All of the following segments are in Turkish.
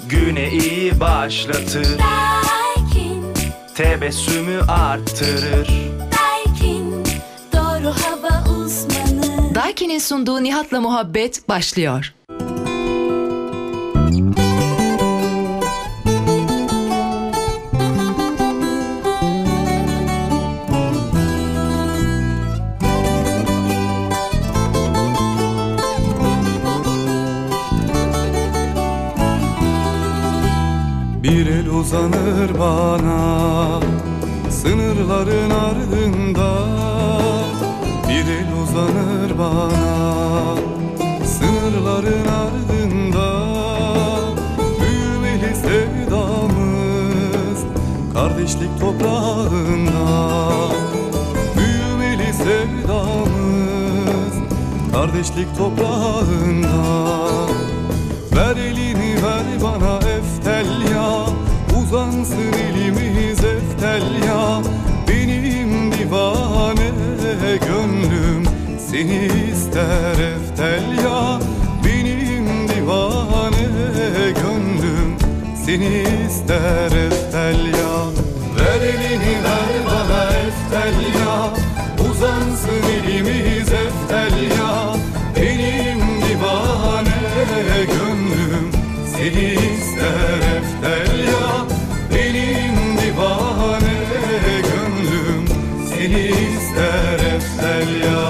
güne iyi başlatır. Daikin, Tebessümü arttırır. Daikin, doğru hava uzmanı. Daikin'in sunduğu Nihat'la Muhabbet başlıyor. Bir el uzanır bana sınırların ardında, bir el uzanır bana sınırların ardında. Büyümeli sevdamız kardeşlik toprağında, büyümeli sevdamız kardeşlik toprağında. Ver elini ver bana eftelya, uzansın elimiz eftelya. Benim divane gönlüm seni ister eftelya. Benim divane gönlüm seni ister eftelya. Ver elini ver bana eftelya, uzansın elimiz eftelya. Benim divane gönlüm seni ister eftelya. Benim divane gönlüm seni ister eftelya.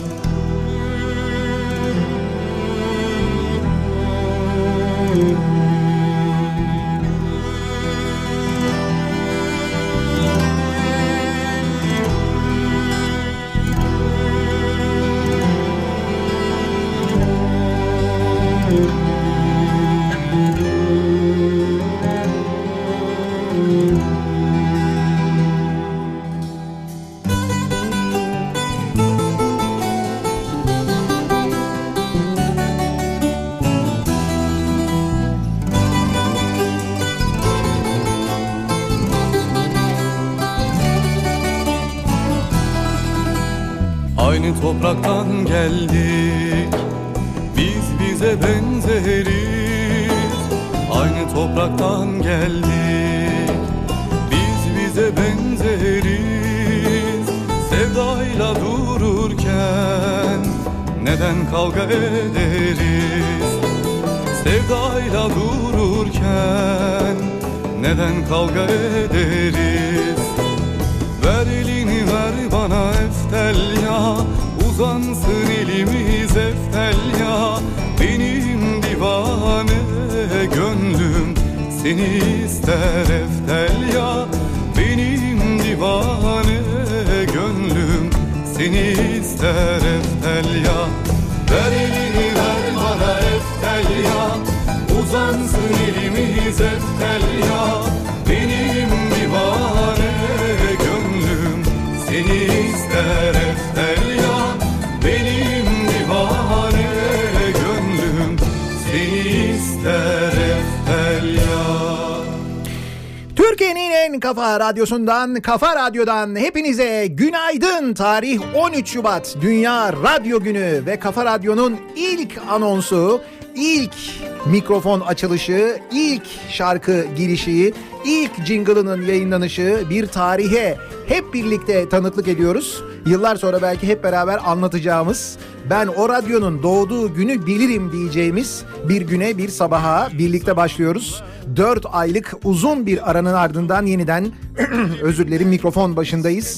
Aynı topraktan geldik, biz bize benzeriz. Aynı topraktan geldik, biz bize benzeriz. Sevdayla dururken neden kavga ederiz? Sevdayla dururken neden kavga ederiz? Ver elini ver bana eftelya, uzansın elimiz eftelya. Benim divane gönlüm seni ister eftelya. Benim divane gönlüm seni ister eftelya. Ver elini ver bana eftelya, uzansın elimiz eftelya. Benim divane gönlüm seni ister eftelya. Benim divane gönlüm seni ister eftelya. Türkiye'nin en kafa radyosundan, Kafa Radyo'dan hepinize günaydın. Tarih 13 Şubat Dünya Radyo Günü ve Kafa Radyo'nun ilk anonsu, ilk mikrofon açılışı, ilk şarkı girişi, ilk jingle'ının yayınlanışı, bir tarihe hep birlikte tanıklık ediyoruz. Yıllar sonra belki hep beraber anlatacağımız, ben o radyonun doğduğu günü bilirim diyeceğimiz bir güne, bir sabaha birlikte başlıyoruz. 4 aylık uzun bir aranın ardından yeniden özür dilerim, mikrofon başındayız.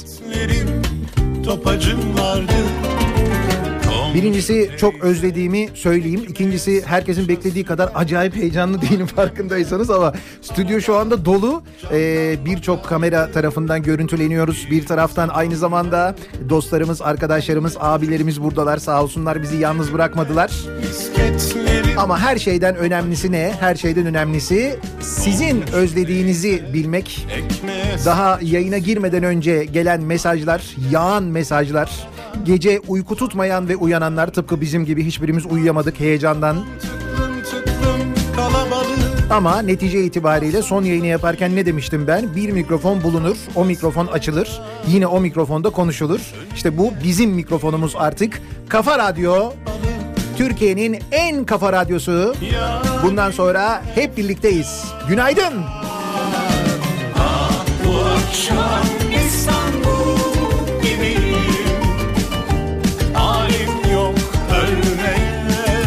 Birincisi çok özlediğimi söyleyeyim. İkincisi herkesin beklediği kadar acayip heyecanlı değilim farkındaysanız, ama stüdyo şu anda dolu. Birçok kamera tarafından görüntüleniyoruz. Bir taraftan aynı zamanda dostlarımız, arkadaşlarımız, abilerimiz buradalar. Sağ olsunlar, bizi yalnız bırakmadılar. Ama her şeyden önemlisi ne? Her şeyden önemlisi sizin özlediğinizi bilmek. Daha yayına girmeden önce gelen mesajlar, yağan mesajlar. Gece uyku tutmayan ve uyananlar, tıpkı bizim gibi hiçbirimiz uyuyamadık heyecandan. Ama netice itibariyle son yayını yaparken ne demiştim ben? Bir mikrofon bulunur, o mikrofon açılır, yine o mikrofonda konuşulur. İşte bu bizim mikrofonumuz artık. Kafa Radyo Türkiye'nin en kafa radyosu. Bundan sonra hep birlikteyiz. Günaydın. Bu akşam İstanbul gibiyim, halim yok ölmeye.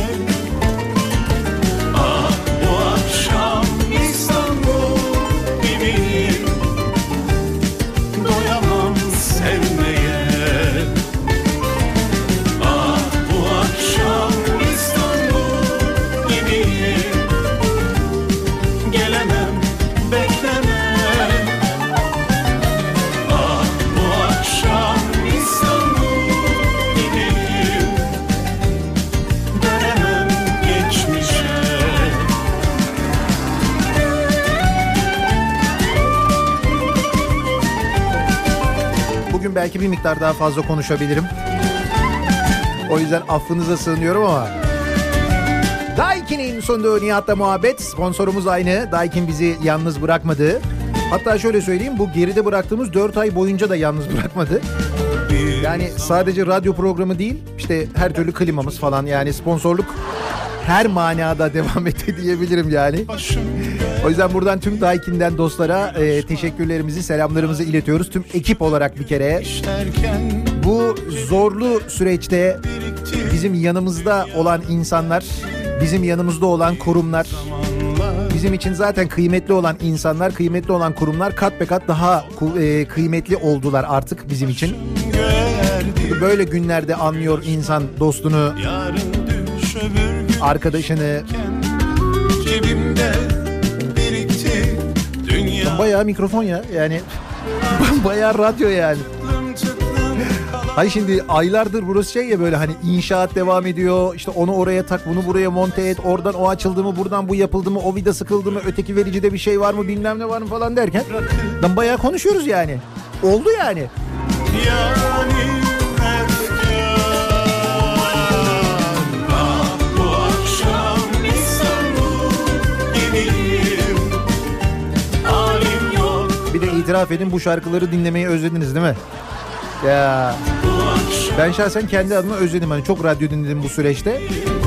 Bu akşam İstanbul gibiyim, doyamam sevmeye. Bu akşam İstanbul gibiyim, gelemem beklemem. Bugün belki bir miktar daha fazla konuşabilirim. O yüzden affınıza sığınıyorum ama. Daiki'nin sunduğu Nihat'la Muhabbet, sponsorumuz aynı. Daikin bizi yalnız bırakmadı. Hatta şöyle söyleyeyim, bu geride bıraktığımız 4 ay boyunca da yalnız bırakmadı. Yani sadece radyo programı değil, işte her türlü klimamız falan, yani sponsorluk her manada devam etti diyebilirim yani. O yüzden buradan tüm Daikin'den dostlara teşekkürlerimizi, selamlarımızı iletiyoruz. Tüm ekip olarak bir kere bu zorlu süreçte bizim yanımızda olan insanlar, bizim yanımızda olan kurumlar, bizim için zaten kıymetli olan insanlar, kıymetli olan kurumlar kat be kat daha kıymetli oldular artık bizim için. Böyle günlerde anlıyor insan dostunu, arkadaşını. Bayağı mikrofon ya, yani bayağı radyo yani. Hani şimdi aylardır burası şey ya, böyle hani inşaat devam ediyor, işte onu oraya tak, bunu buraya monte et, oradan o açıldı mı, buradan bu yapıldı mı, o vida sıkıldı mı, öteki vericide bir şey var mı, bilmem ne var mı falan derken bayağı konuşuyoruz yani. Oldu yani. Bir de itiraf edin, bu şarkıları dinlemeyi özlediniz değil mi? Ya ben şahsen kendi adıma özledim. Hani çok radyo dinledim bu süreçte.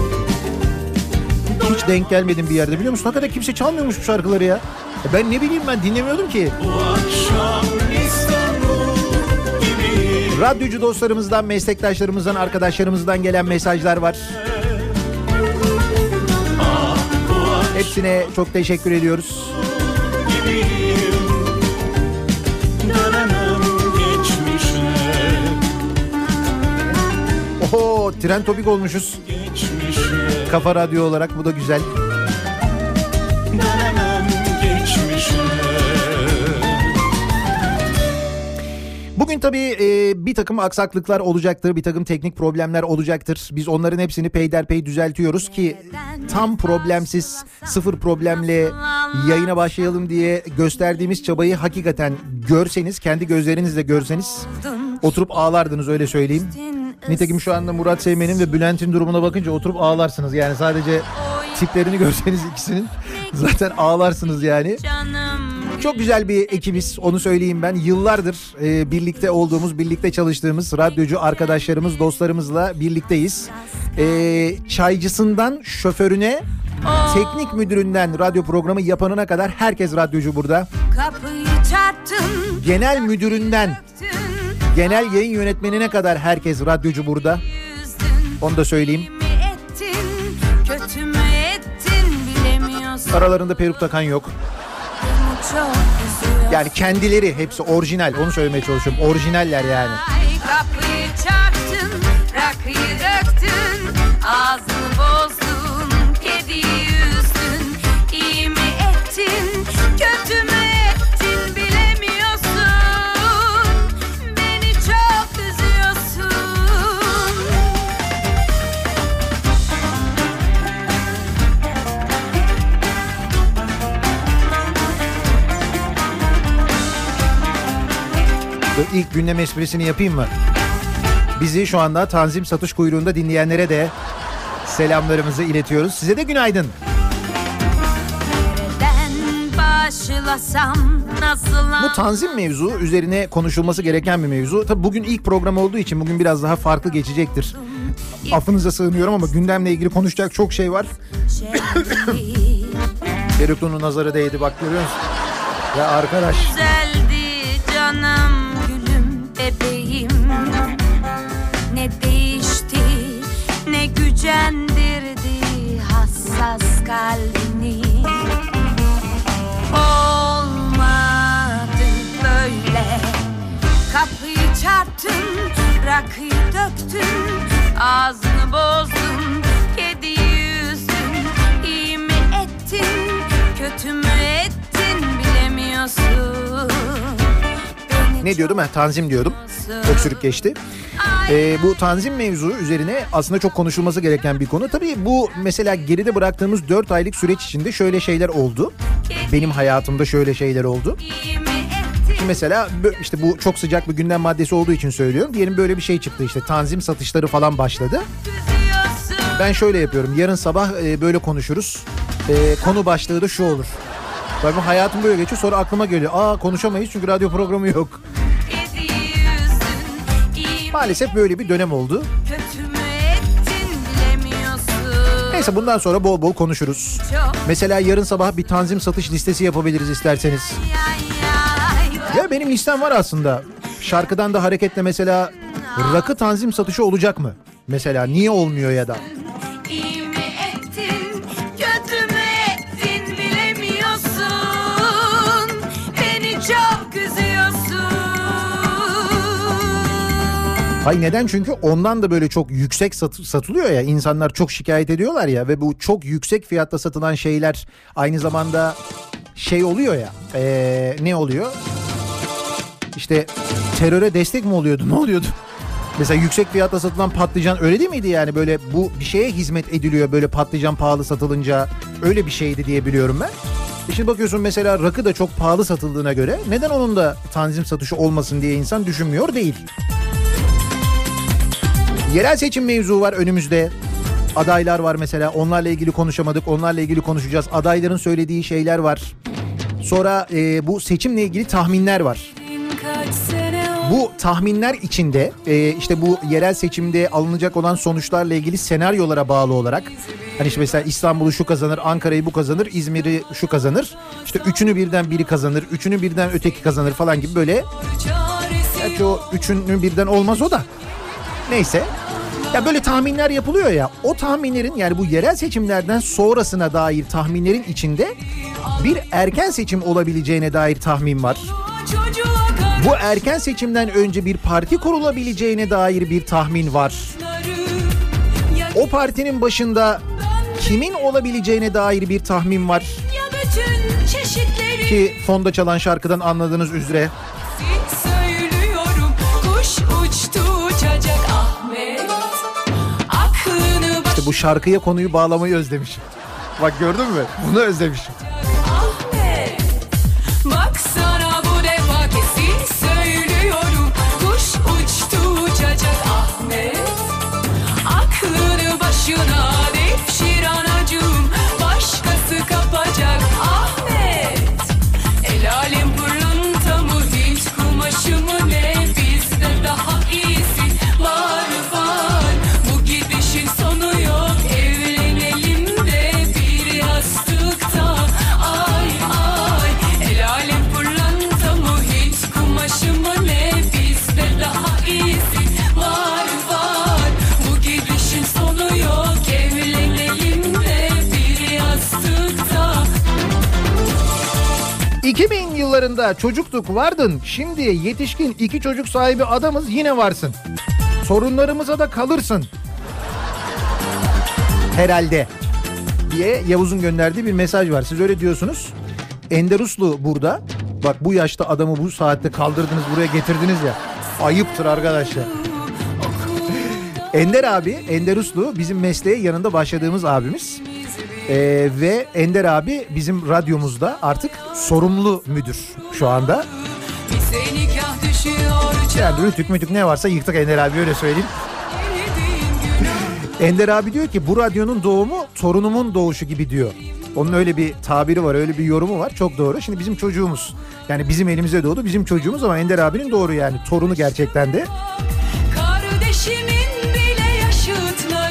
Hiç denk gelmedim bir yerde, biliyor musun? Hakikaten kimse çalmıyormuş bu şarkıları ya. Ben ne bileyim, ben dinlemiyordum ki. Radyocu dostlarımızdan, meslektaşlarımızdan, arkadaşlarımızdan gelen mesajlar var. Hepsine çok teşekkür ediyoruz. Oho, trend topik olmuşuz. Kafa Radyo olarak, bu da güzel. Bugün tabii bir takım aksaklıklar olacaktır, bir takım teknik problemler olacaktır. Biz onların hepsini peyderpey düzeltiyoruz ki tam problemsiz, sıfır problemle yayına başlayalım diye gösterdiğimiz çabayı hakikaten görseniz, kendi gözlerinizle görseniz oturup ağlardınız, öyle söyleyeyim. Nitekim şu anda Murat Seymen'in ve Bülent'in durumuna bakınca oturup ağlarsınız. Yani sadece tiplerini görseniz ikisinin zaten ağlarsınız yani. Çok güzel bir ekibiz, onu söyleyeyim ben. Yıllardır birlikte olduğumuz, birlikte çalıştığımız radyocu arkadaşlarımız, dostlarımızla birlikteyiz. Çaycısından şoförüne, teknik müdüründen radyo programı yapanına kadar herkes radyocu burada. Genel müdüründen genel yayın yönetmenine kadar herkes radyocu burada. Onu da söyleyeyim. Aralarında peruk takan yok. Yani kendileri hepsi orijinal, onu söylemeye çalışıyorum. Orijinaller yani. Kapıyı çarptın, rakıyı döktün, ağzını bozdun, kediyi üzdün, iyi mi ettin, kötü mü ettin bilemiyorsun, beni çok üzüyorsun. İlk gündem esprisini yapayım mı? Bizi şu anda Tanzim satış kuyruğunda dinleyenlere de selamlarımızı iletiyoruz. Size de günaydın. Bu Tanzim mevzu üzerine konuşulması gereken bir mevzu. Tabii bugün ilk program olduğu için bugün biraz daha farklı geçecektir. Affınıza sığınıyorum ama gündemle ilgili konuşacak çok şey var. Peruklu'nun nazarı değdi bak, görüyor musun? Ya arkadaş. Güzeldi canım gülüm bebeğim. Ne değişti ne gücendirdi hassas kalbini. Olmadı böyle. Kapıyı çarptın, rakıyı döktün, ağzını bozdun, kediyi üzdün. İyi mi ettin, kötü mü ettin bilemiyorsun. Ne diyordum ben? Tanzim diyordum. Öksürük geçti. Bu tanzim mevzu üzerine aslında çok konuşulması gereken bir konu. Tabii bu mesela geride bıraktığımız 4 aylık süreç içinde şöyle şeyler oldu. Benim hayatımda şöyle şeyler oldu. Şimdi mesela işte bu çok sıcak bir gündem maddesi olduğu için söylüyorum. Diyelim böyle bir şey çıktı, işte tanzim satışları falan başladı. Ben şöyle yapıyorum. Yarın sabah böyle konuşuruz. Konu başlığı da şu olur. Benim hayatım böyle geçiyor, sonra aklıma geliyor. Konuşamayız çünkü radyo programı yok. Maalesef böyle bir dönem oldu. Neyse, bundan sonra bol bol konuşuruz. Mesela yarın sabah bir tanzim satış listesi yapabiliriz isterseniz. Ya benim listem var aslında. Şarkıdan da hareketle mesela rakı tanzim satışı olacak mı? Mesela niye olmuyor ya da? Hayır, neden? Çünkü ondan da böyle çok yüksek satılıyor ya, insanlar çok şikayet ediyorlar ya ve bu çok yüksek fiyatta satılan şeyler aynı zamanda şey oluyor ya, ne oluyor? İşte teröre destek mi oluyordu, ne oluyordu? Mesela yüksek fiyatta satılan patlıcan öyle değil miydi yani, böyle bu bir şeye hizmet ediliyor böyle patlıcan pahalı satılınca, öyle bir şeydi diye biliyorum ben. Şimdi bakıyorsun mesela rakı da çok pahalı satıldığına göre neden onun da tanzim satışı olmasın diye insan düşünmüyor değil. Yerel seçim mevzu var önümüzde. Adaylar var mesela, onlarla ilgili konuşamadık, onlarla ilgili konuşacağız. Adayların söylediği şeyler var. Sonra bu seçimle ilgili tahminler var. Bu tahminler içinde işte bu yerel seçimde alınacak olan sonuçlarla ilgili senaryolara bağlı olarak, hani işte mesela İstanbul'u şu kazanır, Ankara'yı bu kazanır, İzmir'i şu kazanır, işte üçünü birden biri kazanır, üçünü birden öteki kazanır falan gibi böyle. Gerçi o üçünü birden olmaz o da. Neyse. Ya böyle tahminler yapılıyor ya, o tahminlerin, yani bu yerel seçimlerden sonrasına dair tahminlerin içinde bir erken seçim olabileceğine dair tahmin var. Bu erken seçimden önce bir parti kurulabileceğine dair bir tahmin var. O partinin başında kimin olabileceğine dair bir tahmin var. Ki fonda çalan şarkıdan anladığınız üzere. İşte bu şarkıya konuyu bağlamayı özlemişim. Bak gördün mü? Bunu özlemişim. Ahmet, baksana bu defa kesin söylüyorum. Kuş uçtu uçacak Ahmet. Aklını başına devşir anacığım. Başkası kapacak Ahmet. El alem pırlanta mı, hiç kumaşı mı ne? Bizde daha iyisi var var. Bu gidişin sonu yok. Evlenelim de bir yastıkta. Ay ay. El alem pırlanta mı, hiç kumaşı mı ne? Bizde daha iyisi var var. Bu gidişin sonu yok. Evlenelim de bir yastıkta. 2000 yıllarında çocuktuk vardın, şimdi yetişkin 2 çocuk sahibi adamız, yine varsın. Sorunlarımıza da kalırsın. Herhalde diye Yavuz'un gönderdiği bir mesaj var. Siz öyle diyorsunuz. Ender Uslu burada. Bak bu yaşta adamı bu saatte kaldırdınız, buraya getirdiniz ya. Ayıptır arkadaşlar. Ender abi, Ender Uslu bizim mesleğe yanında başladığımız abimiz. Ve Ender abi bizim radyomuzda artık sorumlu müdür şu anda. Yani rütük mütük ne varsa yıktık Ender abi, öyle söyleyeyim. Ender abi diyor ki bu radyonun doğumu torunumun doğuşu gibi diyor. Onun öyle bir tabiri var, öyle bir yorumu var, çok doğru. Şimdi bizim çocuğumuz, yani bizim elimize doğdu, bizim çocuğumuz, ama Ender abinin doğru yani torunu gerçekten de. Kardeşimin bile yaşıtları.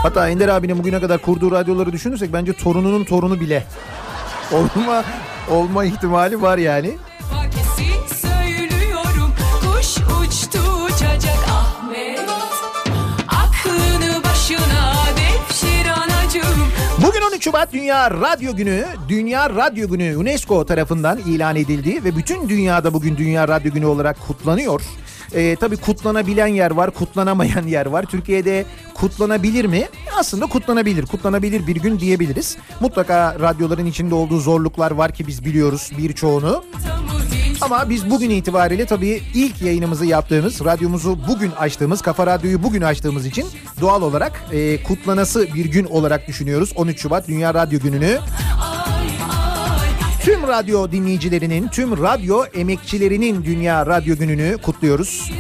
Hatta Ender abinin bugüne kadar kurduğu radyoları düşünürsek bence torununun torunu bile olma ihtimali var yani. Kesin söylüyorum, kuş uçtu uçacak Ahmet. Aklını başına devşir anacığım. Bugün 13 Şubat Dünya Radyo Günü. Dünya Radyo Günü UNESCO tarafından ilan edildi ve bütün dünyada bugün Dünya Radyo Günü olarak kutlanıyor. Tabii kutlanabilen yer var, kutlanamayan yer var. Türkiye'de kutlanabilir mi? Aslında kutlanabilir. Kutlanabilir bir gün diyebiliriz. Mutlaka radyoların içinde olduğu zorluklar var ki biz biliyoruz birçoğunu. Ama biz bugün itibariyle tabii ilk yayınımızı yaptığımız, radyomuzu bugün açtığımız, Kafa Radyo'yu bugün açtığımız için doğal olarak kutlanası bir gün olarak düşünüyoruz. 13 Şubat Dünya Radyo Günü'nü. Tüm radyo dinleyicilerinin, tüm radyo emekçilerinin Dünya Radyo Günü'nü kutluyoruz.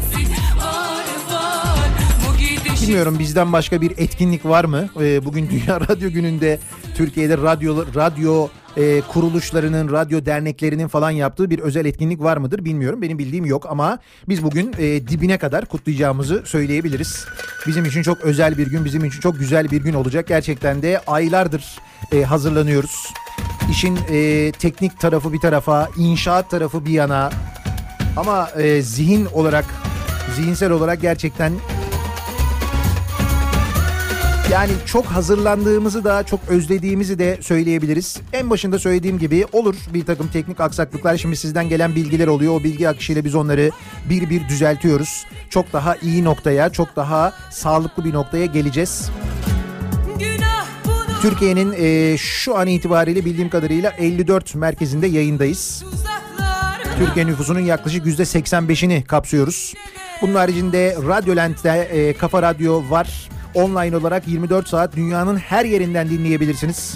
Bilmiyorum bizden başka bir etkinlik var mı? Bugün Dünya Radyo Günü'nde Türkiye'de radyo kuruluşlarının, radyo derneklerinin falan yaptığı bir özel etkinlik var mıdır bilmiyorum. Benim bildiğim yok ama biz bugün dibine kadar kutlayacağımızı söyleyebiliriz. Bizim için çok özel bir gün, bizim için çok güzel bir gün olacak. Gerçekten de aylardır hazırlanıyoruz. İşin teknik tarafı bir tarafa, inşaat tarafı bir yana. Ama zihinsel olarak gerçekten yani çok hazırlandığımızı da çok özlediğimizi de söyleyebiliriz. En başında söylediğim gibi olur bir takım teknik aksaklıklar. Şimdi sizden gelen bilgiler oluyor. O bilgi akışıyla biz onları bir bir düzeltiyoruz. Çok daha iyi noktaya, çok daha sağlıklı bir noktaya geleceğiz. Türkiye'nin şu an itibariyle bildiğim kadarıyla 54 merkezinde yayındayız. Türkiye nüfusunun yaklaşık %85'ini kapsıyoruz. Bunun haricinde Radyolent'te Kafa Radyo var. Online olarak 24 saat dünyanın her yerinden dinleyebilirsiniz.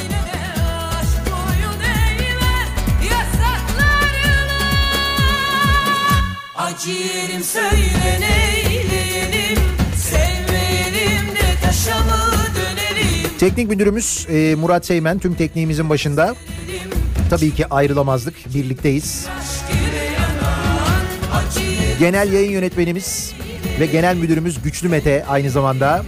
Acıyelim söyle neyleyelim, sevmeyelim de taşa mı dönelim. Teknik müdürümüz Murat Seymen tüm tekniğimizin başında. Tabii ki ayrılamazdık, birlikteyiz. Genel yayın yönetmenimiz ve genel müdürümüz Güçlü Mete aynı zamanda.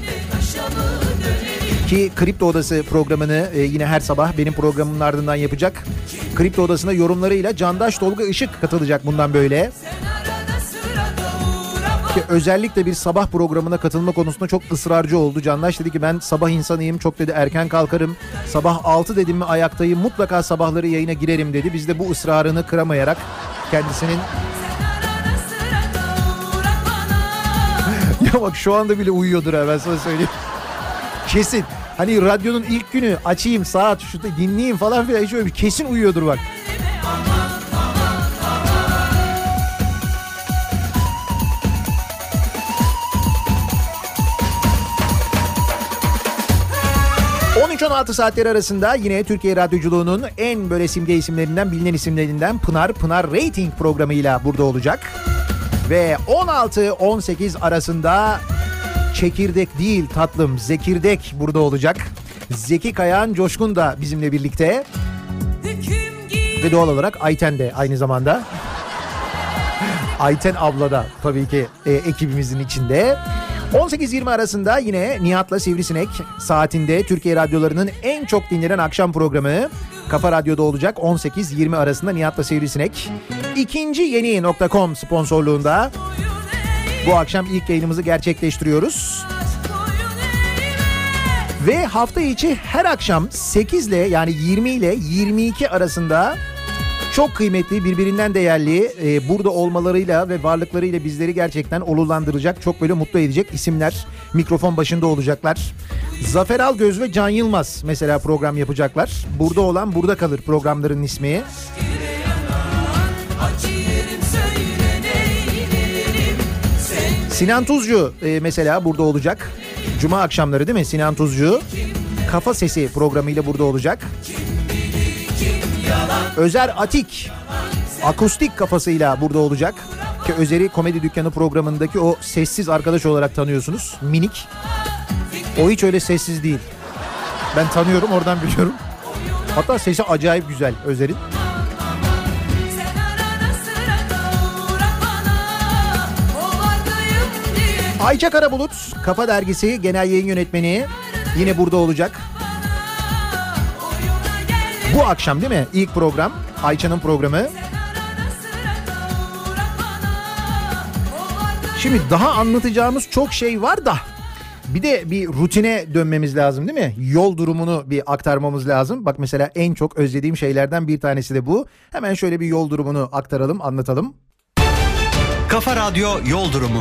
Ki Kripto Odası programını yine her sabah benim programımın ardından yapacak. Kripto Odası'na yorumlarıyla Candaş Tolga Işık katılacak bundan böyle. Ki özellikle bir sabah programına katılma konusunda çok ısrarcı oldu. Candaş dedi ki ben sabah insanıyım, çok dedi erken kalkarım. Sabah 6 dedim mi ayaktayım, mutlaka sabahları yayına girerim dedi. Biz de bu ısrarını kıramayarak kendisinin... Ya bak şu anda bile uyuyordur ha, ben sana söyleyeyim. Kesin. Hani radyonun ilk günü açayım saat şu dinleyeyim falan filan hiç öyle bir kesin uyuyordur bak. ...13-16 saatleri arasında yine Türkiye Radyoculuğu'nun en böyle simge isimlerinden, bilinen isimlerinden Pınar Rating programıyla burada olacak. Ve 16-18 arasında çekirdek değil tatlım, zekirdek burada olacak. Zeki Kayağan Coşkun da bizimle birlikte. Ve doğal olarak Ayten de aynı zamanda. Ayten abla da tabii ki ekibimizin içinde. 18-20 arasında yine Nihat'la Sivrisinek saatinde Türkiye radyolarının en çok dinlenen akşam programı Kafa Radyo'da olacak. 18-20 arasında Nihat'la Sivrisinek. İkinciyeni.com sponsorluğunda bu akşam ilk yayınımızı gerçekleştiriyoruz. Ve hafta içi her akşam 8 ile yani 20 ile 22 arasında çok kıymetli, birbirinden değerli, burada olmalarıyla ve varlıklarıyla bizleri gerçekten onurlandıracak, çok böyle mutlu edecek isimler mikrofon başında olacaklar. Zafer Algöz ve Can Yılmaz mesela program yapacaklar. Burada olan burada kalır programların ismi. Sinan Tuzcu mesela burada olacak. Cuma akşamları değil mi Sinan Tuzcu? Kafa Sesi programıyla burada olacak. Özer Atik akustik kafasıyla burada olacak. Ki Özer'i Komedi Dükkanı programındaki o sessiz arkadaş olarak tanıyorsunuz. Minik. O hiç öyle sessiz değil. Ben tanıyorum, oradan biliyorum. Hatta sesi acayip güzel Özer'in. Ayça Karabulut, Kafa Dergisi Genel Yayın Yönetmeni. yine burada olacak. Bu akşam değil mi? İlk program, Ayça'nın programı. Şimdi daha anlatacağımız çok şey var da bir de bir rutine dönmemiz lazım değil mi? Yol durumunu bir aktarmamız lazım. Bak mesela en çok özlediğim şeylerden bir tanesi de bu. Hemen şöyle bir yol durumunu aktaralım, anlatalım. Kafa Radyo Yol Durumu.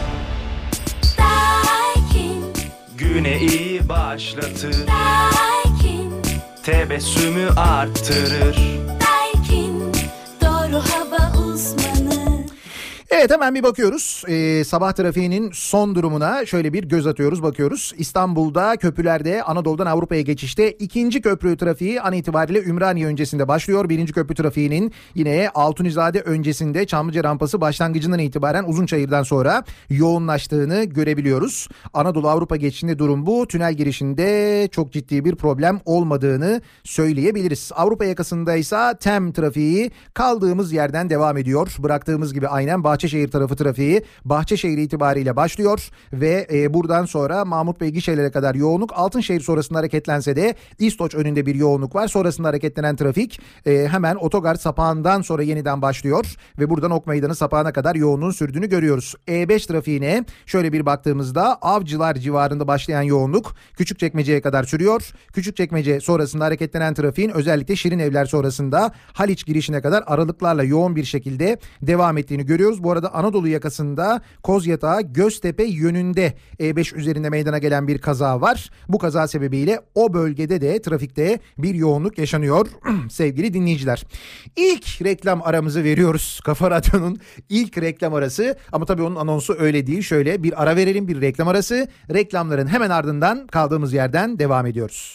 Daikin, Güne iyi başlatır. Daikin, Tebessümü arttırır. Daikin, doğru hava uzmanı. Evet, hemen bir bakıyoruz. Sabah trafiğinin son durumuna şöyle bir göz atıyoruz, bakıyoruz. İstanbul'da köprülerde Anadolu'dan Avrupa'ya geçişte ikinci köprü trafiği an itibariyle Ümraniye öncesinde başlıyor. Birinci köprü trafiğinin yine Altunizade öncesinde Çamlıca rampası başlangıcından itibaren Uzunçayır'dan sonra yoğunlaştığını görebiliyoruz. Anadolu Avrupa geçişinde durum bu. Tünel girişinde çok ciddi bir problem olmadığını söyleyebiliriz. Avrupa yakasındaysa TEM trafiği kaldığımız yerden devam ediyor. Bıraktığımız gibi aynen Bahçeşehir tarafı trafiği Bahçeşehir itibariyle başlıyor ve buradan sonra Mahmut Bey gişelere kadar yoğunluk. Altınşehir sonrasında hareketlense de İstoç önünde bir yoğunluk var. Sonrasında hareketlenen trafik hemen otogar sapağından sonra yeniden başlıyor ve buradan Ok Meydanı sapağına kadar yoğunluğun sürdüğünü görüyoruz. E5 trafiğine şöyle bir baktığımızda Avcılar civarında başlayan yoğunluk Küçükçekmece'ye kadar sürüyor. Küçükçekmece sonrasında hareketlenen trafiğin özellikle Şirinevler sonrasında Haliç girişine kadar aralıklarla yoğun bir şekilde devam ettiğini görüyoruz. Bu arada Anadolu yakasında Kozyatağı Göztepe yönünde E5 üzerinde meydana gelen bir kaza var. Bu kaza sebebiyle o bölgede de trafikte bir yoğunluk yaşanıyor sevgili dinleyiciler. İlk reklam aramızı veriyoruz. Kafa Radyo'nun ilk reklam arası, ama tabii onun anonsu öyle değil. Şöyle bir ara verelim, bir reklam arası. Reklamların hemen ardından kaldığımız yerden devam ediyoruz.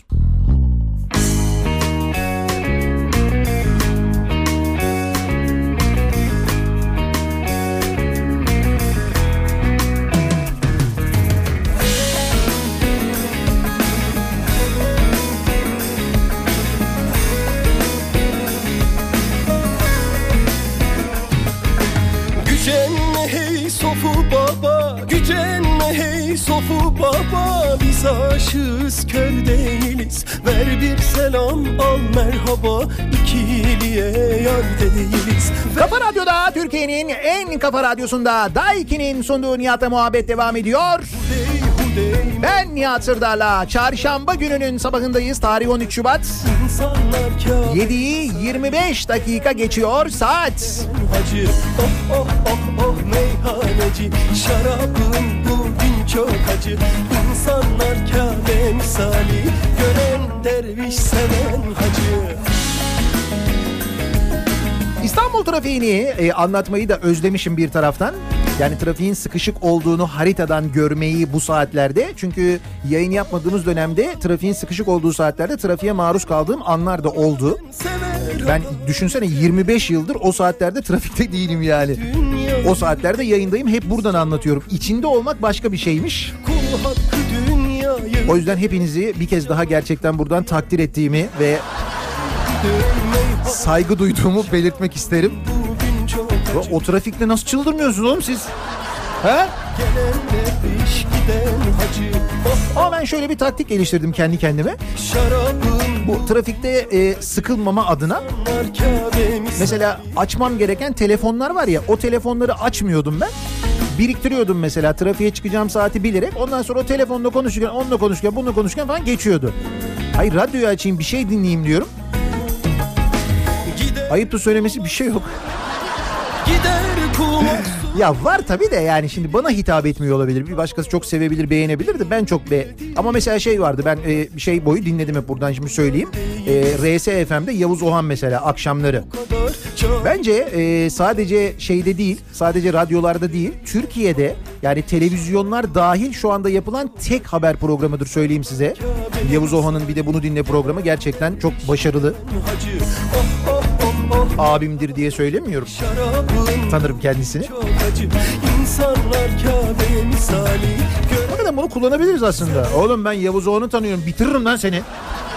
Gücenme hey Sofu Baba, gücenme hey Sofu Baba. Biz aşığız, kör değiliz. Ver bir selam, al merhaba. İkiliye yar değiliz. Kafa Radyo'da, Türkiye'nin en kafa radyosunda Daiki'nin sunduğu Nihat'la muhabbet devam ediyor. Ben Nihat Sırdar'la çarşamba gününün sabahındayız. Tarih 13 Şubat. 7'yi 25 dakika geçiyor saat. Hacı, oh oh oh oh meyhaneci. Şarabın bugün çok acı. İnsanlar Kabe misali. Gören derviş, seven hacı. İstanbul trafiğini anlatmayı da özlemişim bir taraftan. Yani trafiğin sıkışık olduğunu haritadan görmeyi bu saatlerde. Çünkü yayın yapmadığımız dönemde trafiğin sıkışık olduğu saatlerde trafiğe maruz kaldığım anlar da oldu. Ben düşünsene 25 yıldır o saatlerde trafikte değilim yani. O saatlerde yayındayım, hep buradan anlatıyorum. İçinde olmak başka bir şeymiş. O yüzden hepinizi bir kez daha gerçekten buradan takdir ettiğimi ve saygı duyduğumu belirtmek isterim. O trafikte nasıl çıldırmıyorsunuz oğlum siz? He? Ama ben şöyle bir taktik geliştirdim kendi kendime. Bu trafikte sıkılmama adına mesela açmam gereken telefonlar var ya, o telefonları açmıyordum ben. Biriktiriyordum mesela trafiğe çıkacağım saati bilerek. Ondan sonra o telefonla konuşurken, onunla konuşurken, bununla konuşurken falan geçiyordu. Hayır, radyoyu açayım, bir şey dinleyeyim diyorum. Ayıptır söylemesi, bir şey yok. Ya var tabii de, yani şimdi bana hitap etmiyor olabilir. Bir başkası çok sevebilir, beğenebilir de ben çok ama mesela şey vardı, ben şey boyu dinledim hep, buradan şimdi söyleyeyim. RSFM'de Yavuz Ohan mesela akşamları. Bence sadece şeyde değil, sadece radyolarda değil, Türkiye'de yani televizyonlar dahil şu anda yapılan tek haber programıdır söyleyeyim size. Yavuz Ohan'ın bir de Bunu Dinle programı gerçekten çok başarılı. Abimdir diye söylemiyorum. Tanırım kendisini. Hakikaten bunu kullanabiliriz aslında. Oğlum ben Yavuz Oğan'ı tanıyorum. Bitiririm lan seni.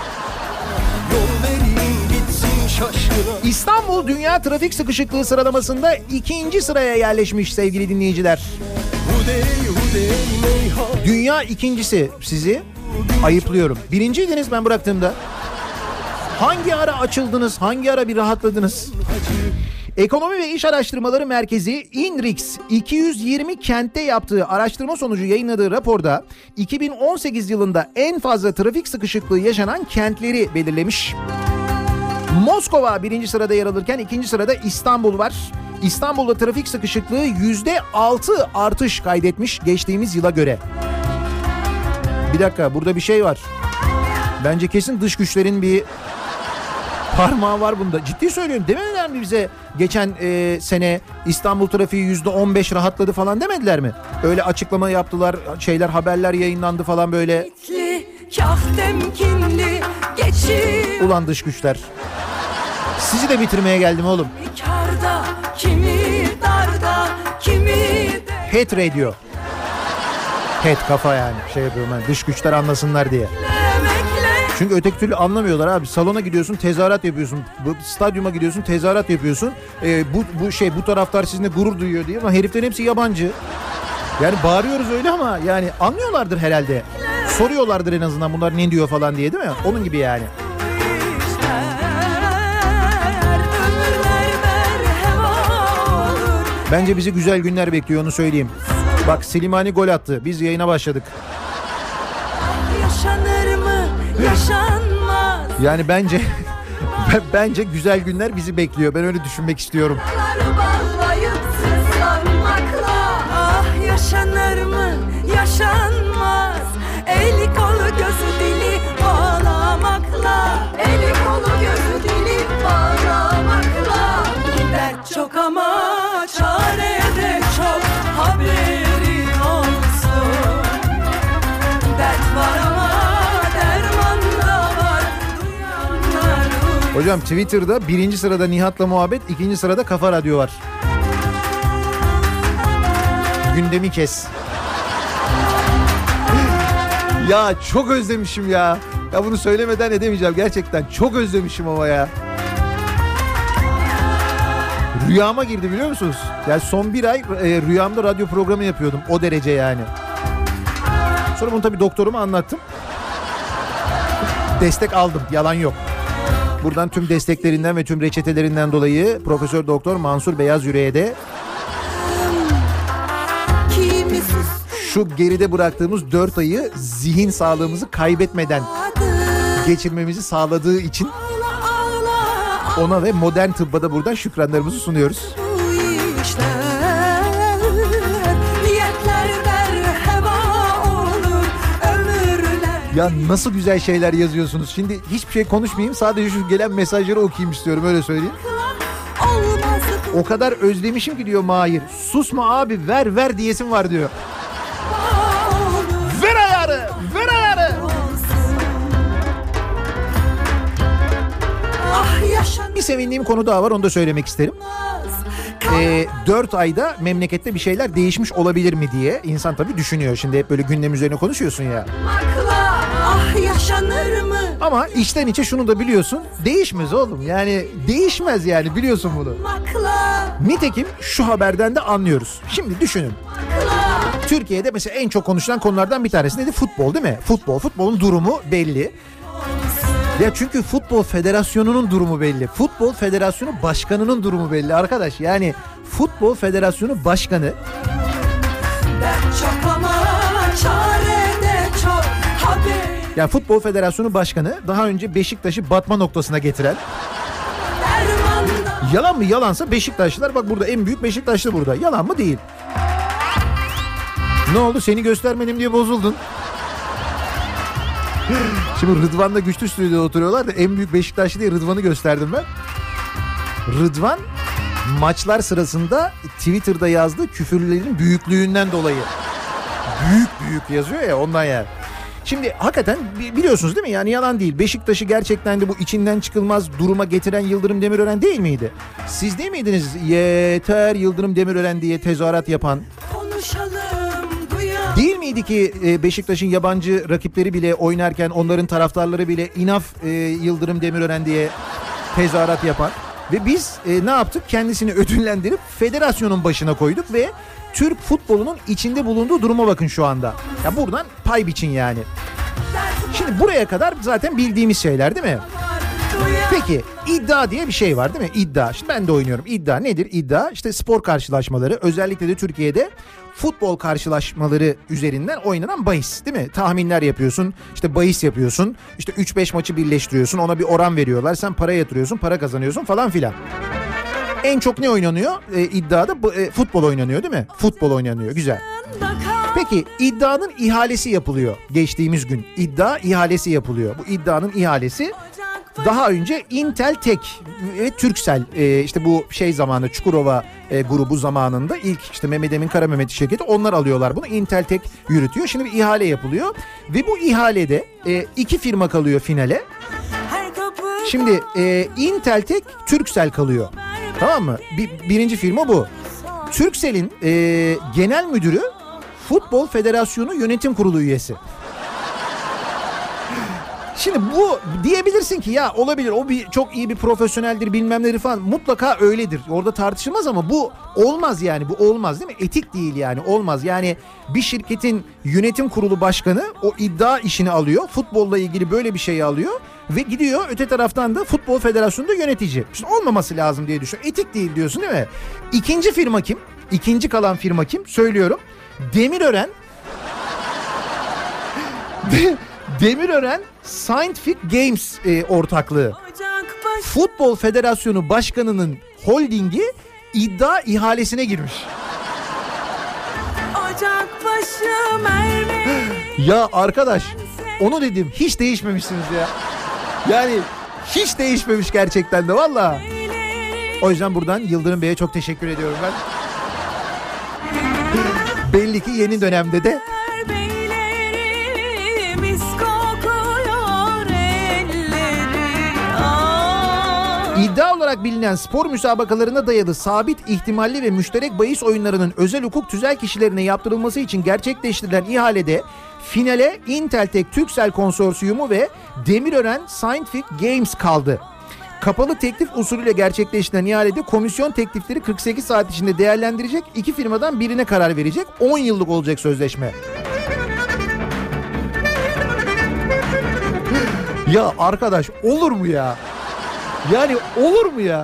İstanbul Dünya Trafik Sıkışıklığı sıralamasında 2. sıraya yerleşmiş sevgili dinleyiciler. Dünya ikincisi sizi Ayıplıyorum. Birinciydiniz ben bıraktığımda. Hangi ara açıldınız? Hangi ara bir rahatladınız? Ekonomi ve İş Araştırmaları Merkezi INRIX 220 kentte yaptığı araştırma sonucu yayınladığı raporda 2018 yılında en fazla trafik sıkışıklığı yaşanan kentleri belirlemiş. Moskova birinci sırada yer alırken ikinci sırada İstanbul var. İstanbul'da trafik sıkışıklığı %6 artış kaydetmiş geçtiğimiz yıla göre. Bir dakika, burada bir şey var. Bence kesin dış güçlerin bir parmağı var bunda. Ciddi söylüyorum. Demediler mi bize geçen sene İstanbul trafiği %15 rahatladı falan demediler mi? Öyle açıklama yaptılar, şeyler, haberler yayınlandı falan böyle. Kah temkinli geçir. Ulan dış güçler. Sizi de bitirmeye geldim oğlum. Karda, kimi darda, kimi de. Head Radio. Head kafa yani. Şey yapıyorum ben, dış güçler anlasınlar diye. Çünkü öteki türlü anlamıyorlar abi. Salona gidiyorsun, tezahürat yapıyorsun. Stadyuma gidiyorsun, tezahürat yapıyorsun. Bu taraftar sizinle gurur duyuyor diye, ama heriflerin hepsi yabancı. Yani bağırıyoruz öyle ama yani anlıyorlardır herhalde. Soruyorlardır en azından bunlar ne diyor falan diye, değil mi? Onun gibi yani. Bence bizi güzel günler bekliyor, onu söyleyeyim. Bak, Slimani gol attı. Biz yayına başladık. Yaşanır mı? Yaşanmaz. Yani bence güzel günler bizi bekliyor. Ben öyle düşünmek istiyorum. Bağlayıp sızlanmakla. Ah, yaşanır mı? Yaşanmaz. Eli kolu gözü dili bağlamakla. Eli kolu gözü dili bağlamakla. Dert çok ama çare de çok, haberin olsun. Dert var ama derman da var. Duyanlar Hocam Twitter'da birinci sırada Nihat'la muhabbet, ikinci sırada Kafa Radyo var. Gündemi kes. Ya çok özlemişim ya. Ya bunu söylemeden edemeyeceğim gerçekten. Çok özlemişim ama ya. Rüyama girdi, biliyor musunuz? Yani son bir ay rüyamda radyo programı yapıyordum. O derece yani. Sonra bunu tabii doktoruma anlattım. Destek aldım. Yalan yok. Buradan tüm desteklerinden ve tüm reçetelerinden dolayı Profesör Doktor Mansur Beyaz Yüreğe de şu geride bıraktığımız 4 ayı zihin sağlığımızı kaybetmeden geçirmemizi sağladığı için ona ve modern tıbba da buradan şükranlarımızı sunuyoruz. Ya nasıl güzel şeyler yazıyorsunuz. Şimdi hiçbir şey konuşmayayım, sadece şu gelen mesajları okuyayım istiyorum, öyle söyleyeyim. O kadar özlemişim ki diyor Mahir. Susma abi, ver diyesim var diyor. Ver ayarı, ver ayarı. Bir sevindiğim konu daha var, onu da söylemek isterim. 4 ayda memlekette bir şeyler değişmiş olabilir mi diye insan tabii düşünüyor. Şimdi hep böyle gündem üzerine konuşuyorsun ya. Ama içten içe şunu da biliyorsun, değişmez oğlum. Yani değişmez yani, biliyorsun bunu. Nitekim şu haberden de anlıyoruz. Şimdi düşünün. Türkiye'de mesela en çok konuşulan konulardan bir tanesi neydi? Futbol, değil mi? Futbolun durumu belli. Ya çünkü Futbol Federasyonu'nun durumu belli. Futbol Federasyonu Başkanı'nın durumu belli arkadaş. Yani Futbol Federasyonu Başkanı yani Futbol Federasyonu Başkanı daha önce Beşiktaş'ı batma noktasına getiren, yalan mı? Yalansa Beşiktaşlılar, bak burada en büyük Beşiktaşlı burada. Yalan mı? Değil. Ne oldu? Seni göstermedim diye bozuldun. Şimdi Rıdvan'la Güçlü Stüdyo'da oturuyorlar da en büyük Beşiktaşlı diye Rıdvan'ı gösterdim ben. Rıdvan maçlar sırasında Twitter'da yazdığı küfürlerin büyüklüğünden dolayı büyük yazıyor ya, ondan yani. Şimdi hakikaten biliyorsunuz değil mi? Yani yalan değil. Beşiktaş'ı gerçekten de bu içinden çıkılmaz duruma getiren Yıldırım Demirören değil miydi? Siz değil miydiniz yeter Yıldırım Demirören diye tezahürat yapan? Değil miydi ki Beşiktaş'ın yabancı rakipleri bile oynarken onların taraftarları bile inaf Yıldırım Demirören diye tezahürat yapan? Ve biz ne yaptık? Kendisini ödüllendirip federasyonun başına koyduk ve Türk futbolunun içinde bulunduğu duruma bakın şu anda. Ya buradan pay biçin yani. Şimdi buraya kadar zaten bildiğimiz şeyler değil mi? Peki iddia diye bir şey var değil mi? İddia. Şimdi ben de oynuyorum. İddia nedir? İddia işte spor karşılaşmaları, özellikle de Türkiye'de futbol karşılaşmaları üzerinden oynanan bahis değil mi? Tahminler yapıyorsun, işte bahis yapıyorsun, işte 3-5 maçı birleştiriyorsun, ona bir oran veriyorlar, sen para yatırıyorsun, para kazanıyorsun falan filan. En çok ne oynanıyor? İddiada futbol oynanıyor değil mi? Futbol oynanıyor, güzel. Peki iddianın ihalesi yapılıyor geçtiğimiz gün. İddia ihalesi yapılıyor. Bu iddianın ihalesi daha önce Inteltek ve Turkcell işte bu şey zamanı Çukurova grubu zamanında ilk işte Mehmet Emin Karamehmet şirketi onlar alıyorlar bunu. Inteltek yürütüyor. Şimdi bir ihale yapılıyor ve bu ihalede iki firma kalıyor finale. Şimdi Inteltek Turkcell kalıyor. Tamam mı? Birinci firma bu. Turkcell'in genel müdürü Futbol Federasyonu Yönetim Kurulu üyesi. Şimdi bu diyebilirsin ki ya olabilir, o çok iyi bir profesyoneldir bilmem neleri falan, mutlaka öyledir. Orada tartışılmaz ama bu olmaz yani, bu olmaz değil mi? Etik değil yani, olmaz. Yani bir şirketin yönetim kurulu başkanı o iddia işini alıyor, futbolla ilgili böyle bir şeyi alıyor ve gidiyor öte taraftan da Futbol Federasyonu'nda yönetici. Şimdi olmaması lazım diye düşün. Etik değil diyorsun değil mi? İkinci firma kim? İkinci kalan firma kim? Söylüyorum. Demirören Demirören Scientific Games ortaklığı. Futbol Federasyonu Başkanı'nın holdingi iddia ihalesine girmiş. Ya arkadaş, onu dedim, hiç değişmemişsiniz ya. Yani hiç değişmemiş gerçekten de valla. O yüzden buradan Yıldırım Bey'e çok teşekkür ediyorum ben. Belli ki yeni dönemde de İddia olarak bilinen spor müsabakalarına dayalı sabit ihtimalli ve müşterek bahis oyunlarının özel hukuk tüzel kişilerine yaptırılması için gerçekleştirilen ihalede finale Inteltek Turkcell Konsorsiyumu ve Demirören Scientific Games kaldı. Kapalı teklif usulüyle gerçekleştirilen ihalede komisyon teklifleri 48 saat içinde değerlendirecek, iki firmadan birine karar verecek. 10 yıllık olacak sözleşme. Ya arkadaş, olur mu ya? Yani olur mu ya?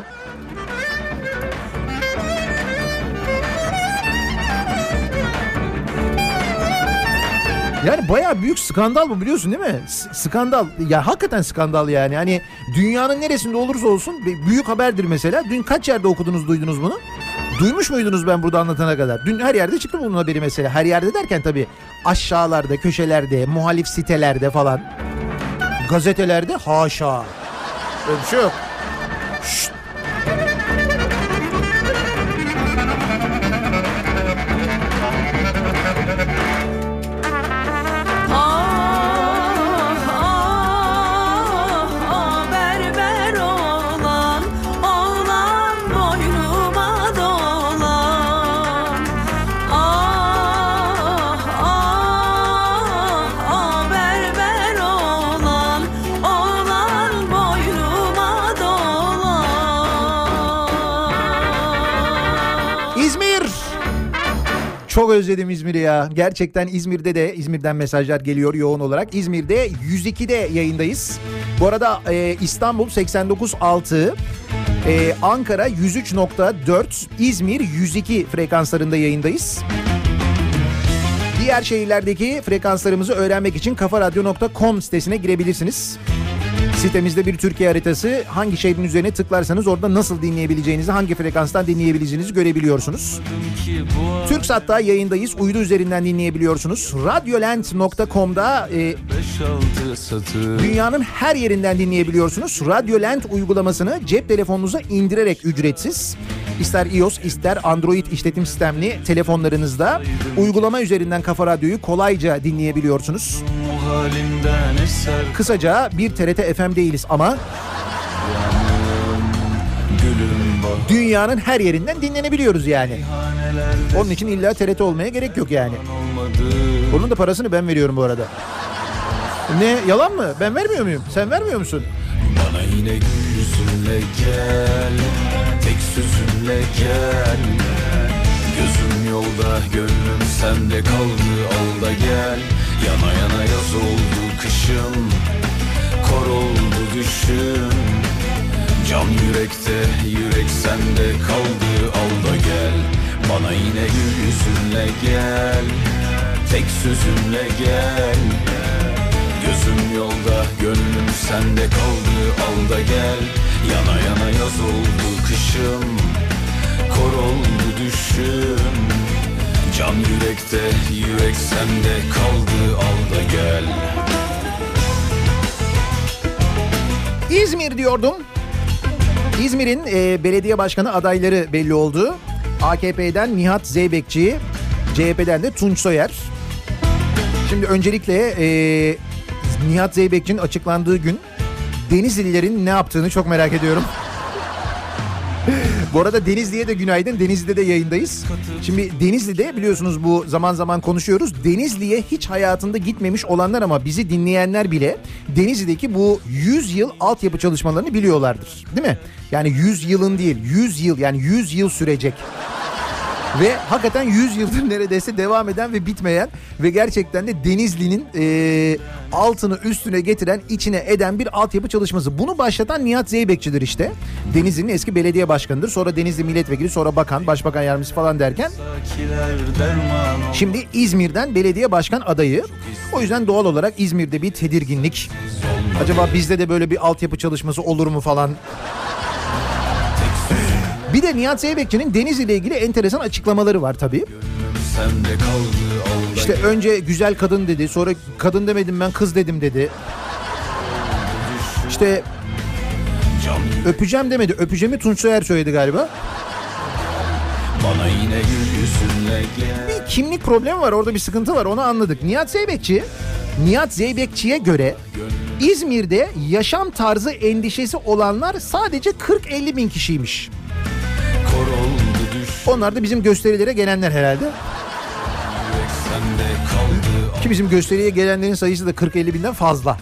Yani bayağı büyük skandal bu, biliyorsun değil mi? Skandal. Ya hakikaten skandal yani. Hani dünyanın neresinde olursa olsun büyük haberdir mesela. Dün kaç yerde okudunuz, duydunuz bunu? Duymuş muydunuz ben burada anlatana kadar? Dün her yerde çıktı bunun haberi mesela. Her yerde derken tabii aşağılarda, köşelerde, muhalif sitelerde falan. Gazetelerde haşa. Öyle bir şey yok. Şşt. Çok özledim İzmir'i ya. Gerçekten İzmir'de de, İzmir'den mesajlar geliyor yoğun olarak. İzmir'de 102'de yayındayız. Bu arada İstanbul 89.6, Ankara 103.4, İzmir 102 frekanslarında yayındayız. Diğer şehirlerdeki frekanslarımızı öğrenmek için kafaradyo.com sitesine girebilirsiniz. Sitemizde bir Türkiye haritası, hangi şehrin üzerine tıklarsanız orada nasıl dinleyebileceğinizi, hangi frekanstan dinleyebileceğinizi görebiliyorsunuz. Türksat'ta yayındayız, uydu üzerinden dinleyebiliyorsunuz. Radyolent.com'da dünyanın her yerinden dinleyebiliyorsunuz. Radyolent uygulamasını cep telefonunuza indirerek ücretsiz, İster iOS ister Android işletim sistemli telefonlarınızda uygulama üzerinden Kafa Radyo'yu kolayca dinleyebiliyorsunuz. Kısaca bir TRT FM değiliz ama dünyanın her yerinden dinlenebiliyoruz yani. Onun için illa TRT olmaya gerek yok yani. Onun da parasını ben veriyorum bu arada. Ne, yalan mı? Ben vermiyor muyum? Sen vermiyor musun? Bana yine yüzünle gel, tek sözünle gel. Gözüm yolda, gönlüm sende kaldı. Al da gel, yana yana yaz oldu kışım. Kor oldu düşüm. Can yürekte, yürek sende kaldı. Al da gel, bana yine gül yüzünle gel. Tek sözümle gel. Gözüm yolda, gönlüm sende kaldı. Al da gel, yana yana yaz oldu kışım. Kor oldu düşüm. Can yürekte, yürek sende kaldı. Al da gel. İzmir diyordum. İzmir'in belediye başkanı adayları belli oldu. AKP'den Nihat Zeybekçi, CHP'den de Tunç Soyer. Şimdi öncelikle Nihat Zeybekçi'nin açıklandığı gün Denizlilerin ne yaptığını çok merak ediyorum. Bu arada Denizli'ye de günaydın. Denizli'de de yayındayız. Şimdi Denizli'de biliyorsunuz bu zaman zaman konuşuyoruz. Denizli'ye hiç hayatında gitmemiş olanlar ama bizi dinleyenler bile Denizli'deki bu 100 yıl altyapı çalışmalarını biliyorlardır. Değil mi? Yani 100 yılın değil, 100 yıl, yani 100 yıl sürecek. Ve hakikaten 100 yıldır neredeyse devam eden ve bitmeyen ve gerçekten de Denizli'nin altını üstüne getiren, içine eden bir altyapı çalışması. Bunu başlatan Nihat Zeybekçi'dir işte. Denizli'nin eski belediye başkanıdır. Sonra Denizli milletvekili, sonra bakan, başbakan yardımcısı falan derken. Şimdi İzmir'den belediye başkan adayı. O yüzden doğal olarak İzmir'de bir tedirginlik. Acaba bizde de böyle bir altyapı çalışması olur mu falan. Bir de Nihat Zeybekçi'nin Denizli ile ilgili enteresan açıklamaları var tabii. İşte önce güzel kadın dedi, sonra kadın demedim ben kız dedim dedi. İşte öpeceğim demedi, öpeceğimi Tunç Soyer söyledi galiba. Bana yine gül yüzünle gel. Bir kimlik problemi var, orada bir sıkıntı var, onu anladık. Nihat Zeybekçi'ye göre İzmir'de yaşam tarzı endişesi olanlar sadece 40-50 bin kişiymiş. Onlar da bizim gösterilere gelenler herhalde. Ki bizim gösteriye gelenlerin sayısı da 40-50 binden fazla.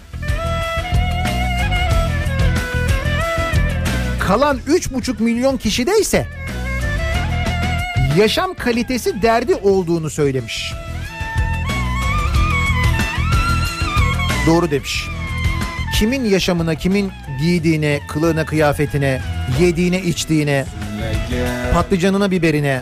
Kalan 3,5 milyon kişide ise yaşam kalitesi derdi olduğunu söylemiş. Doğru demiş. Kimin yaşamına, kimin giydiğine, kılığına, kıyafetine, yediğine, içtiğine, patlıcanına, biberine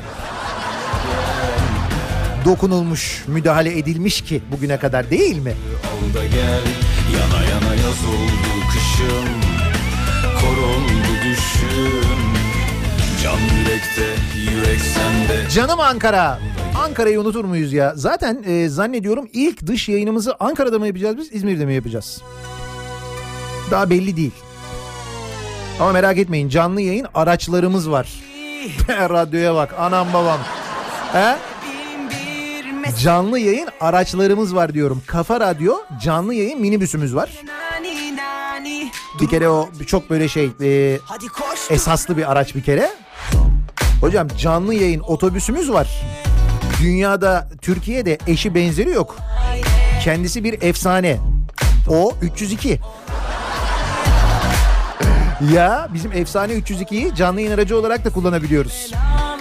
dokunulmuş, müdahale edilmiş ki bugüne kadar, değil mi? Al da gel, yana yana yaz oldu kışım. Kor oldu düşüm. Can yürekte, yürek sende. Canım Ankara. Ankara'yı unutur muyuz ya? Zaten zannediyorum ilk dış yayınımızı Ankara'da mı yapacağız biz, İzmir'de mi yapacağız? Daha belli değil. Ama merak etmeyin, canlı yayın araçlarımız var. Radyoya bak, anam babam. He? Canlı yayın araçlarımız var diyorum. Kafa Radyo canlı yayın minibüsümüz var. Bir kere o çok böyle esaslı bir araç bir kere. Hocam canlı yayın otobüsümüz var. Dünyada, Türkiye'de eşi benzeri yok. Kendisi bir efsane. O 302. Ya bizim efsane 302'yi canlı yayın aracı olarak da kullanabiliyoruz.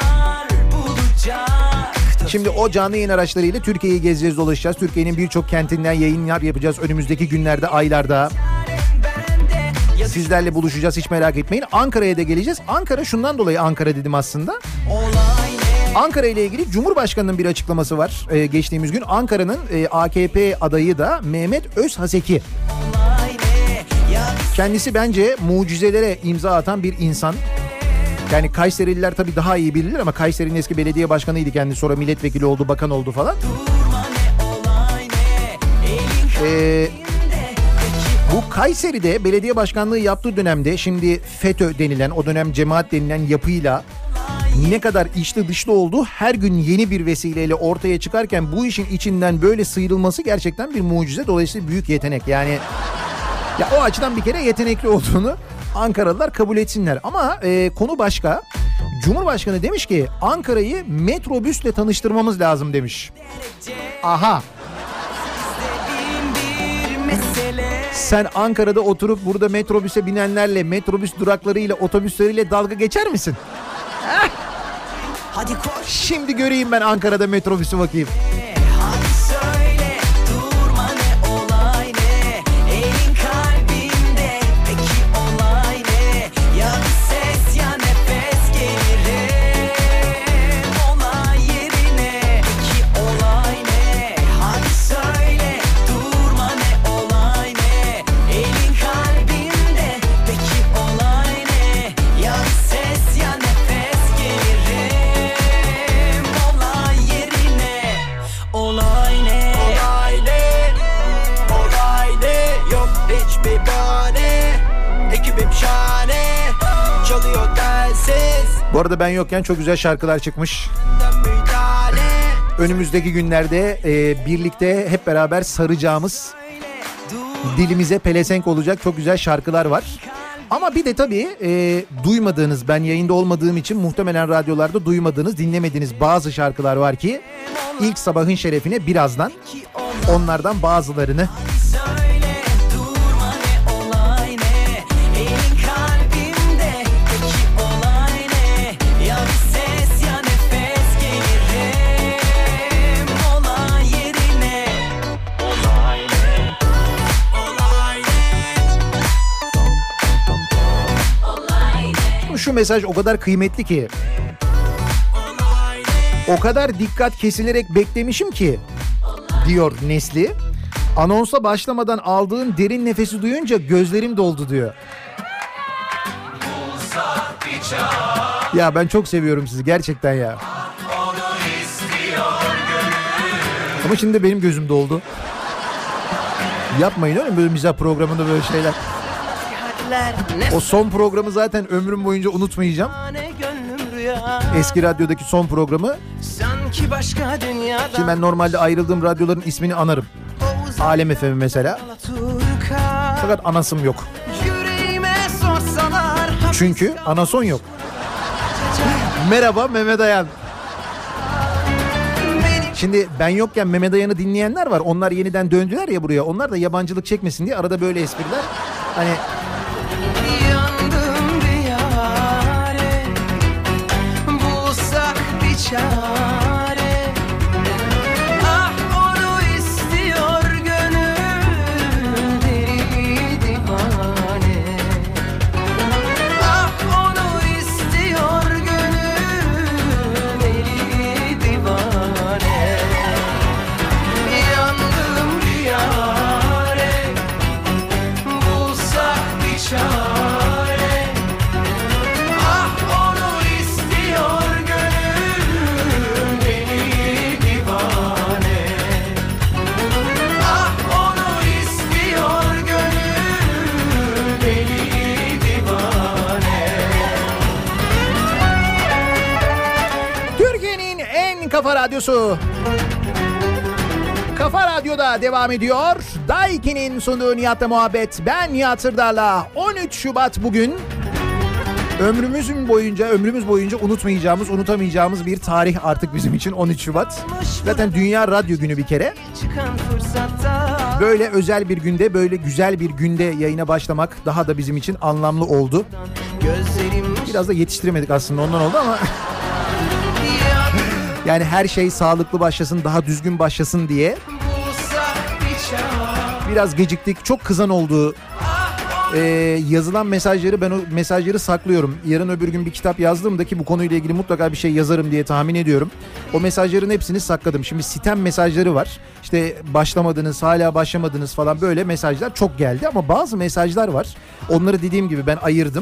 Şimdi o canlı yayın araçlarıyla Türkiye'yi gezeceğiz, dolaşacağız. Türkiye'nin birçok kentinden yayınlar yapacağız önümüzdeki günlerde, aylarda. Sizlerle buluşacağız, hiç merak etmeyin. Ankara'ya da geleceğiz. Ankara, şundan dolayı Ankara dedim aslında. Ankara ile ilgili Cumhurbaşkanı'nın bir açıklaması var geçtiğimiz gün. Ankara'nın AKP adayı da Mehmet Özhaseki. Kendisi bence mucizelere imza atan bir insan. Yani Kayserililer tabii daha iyi bilir ama Kayseri'nin eski belediye başkanıydı kendisi. Sonra milletvekili oldu, bakan oldu falan. Bu Kayseri'de belediye başkanlığı yaptığı dönemde, şimdi FETÖ denilen, o dönem cemaat denilen yapıyla ne kadar içli dışlı olduğu her gün yeni bir vesileyle ortaya çıkarken bu işin içinden böyle sıyrılması gerçekten bir mucize. Dolayısıyla büyük yetenek. Yani ya o açıdan bir kere yetenekli olduğunu Ankaralılar kabul etsinler. Ama konu başka. Cumhurbaşkanı demiş ki Ankara'yı metrobüsle tanıştırmamız lazım demiş. Aha. Sen Ankara'da oturup burada metrobüse binenlerle, metrobüs duraklarıyla, otobüsleriyle dalga geçer misin? hadi koş. Şimdi göreyim ben Ankara'da metrobüsü bakayım. Hadi söyle durma ne olay ne? Elin kalbinde peki olay ne? Ya bir ses ya nefes gelirim olay yerine. Peki olay ne? Hadi söyle durma ne olay ne? Elin kalbinde peki olay ne? Ya bir ses ya nefes gelirim olay yerine. Olay ne? Olay ne? Olay ne? Yok hiçbir bahane. Ekibim şahane. Çalıyor telsiz. Bu arada ben yokken çok güzel şarkılar çıkmış. Müdahale. Önümüzdeki günlerde birlikte hep beraber saracağımız, dilimize pelesenk olacak çok güzel şarkılar var. Ama bir de tabii duymadığınız, ben yayında olmadığım için muhtemelen radyolarda duymadığınız, dinlemediğiniz bazı şarkılar var ki ilk sabahın şerefine birazdan onlardan bazılarını Söyle durma ne olay ne? Elin kalbimde peki olay ne? Ya bir ses ya nefes gelirim olay yerine. Olay ne? Olay ne? şu mesaj o kadar kıymetli ki, o kadar dikkat kesilerek beklemişim ki diyor Nesli. Anonsa başlamadan aldığın derin nefesi duyunca gözlerim doldu diyor. Ya ben çok seviyorum sizi gerçekten ya. Ama şimdi benim gözüm doldu. Yapmayın öyle böyle mizah programında böyle şeyler. O son programı zaten ömrüm boyunca unutmayacağım. Eski radyodaki son programı. Sanki başka dünyada. Şimdi ben normalde ayrıldığım radyoların ismini anarım. Alem FM mesela. Fakat anasım yok. Çünkü anason yok. Merhaba Mehmet Ayan. Şimdi ben yokken Mehmet Ayan'ı dinleyenler var. Onlar yeniden döndüler ya buraya. Onlar da yabancılık çekmesin diye arada böyle espriler. Hani yandım bir yare, bulsak bir çare. Ah onu istiyor gönül deli divane. Ah onu istiyor gönül deli divane. Yandım bir yare, bulsak bir çare. Ah onu istiyor gönül deli divane. Ah onu istiyor gönül deli divane. Türkiye'nin en kafa radyosu. Kafa Radyo'da devam ediyor. Daiki'nin sunduğu Nihat'la muhabbet. Ben Nihat Sırdar'la 13 Şubat bugün. Ömrümüz boyunca unutamayacağımız bir tarih artık bizim için 13 Şubat. Zaten Dünya Radyo Günü bir kere. Çıkan fırsatta Böyle özel bir günde, böyle güzel bir günde yayına başlamak daha da bizim için anlamlı oldu. gözlerim Biraz da yetiştiremedik aslında, ondan oldu ama yani her şey sağlıklı başlasın, daha düzgün başlasın diye bulsak bir çare. biraz geciktik. Çok kızan oldu. Yazılan mesajları, ben o mesajları saklıyorum. Yarın öbür gün bir kitap yazdığımda ki bu konuyla ilgili mutlaka bir şey yazarım diye tahmin ediyorum. O mesajların hepsini sakladım. Şimdi sitem mesajları var. İşte başlamadınız, hala başlamadınız falan, böyle mesajlar çok geldi. Ama bazı mesajlar var. Onları dediğim gibi ben ayırdım.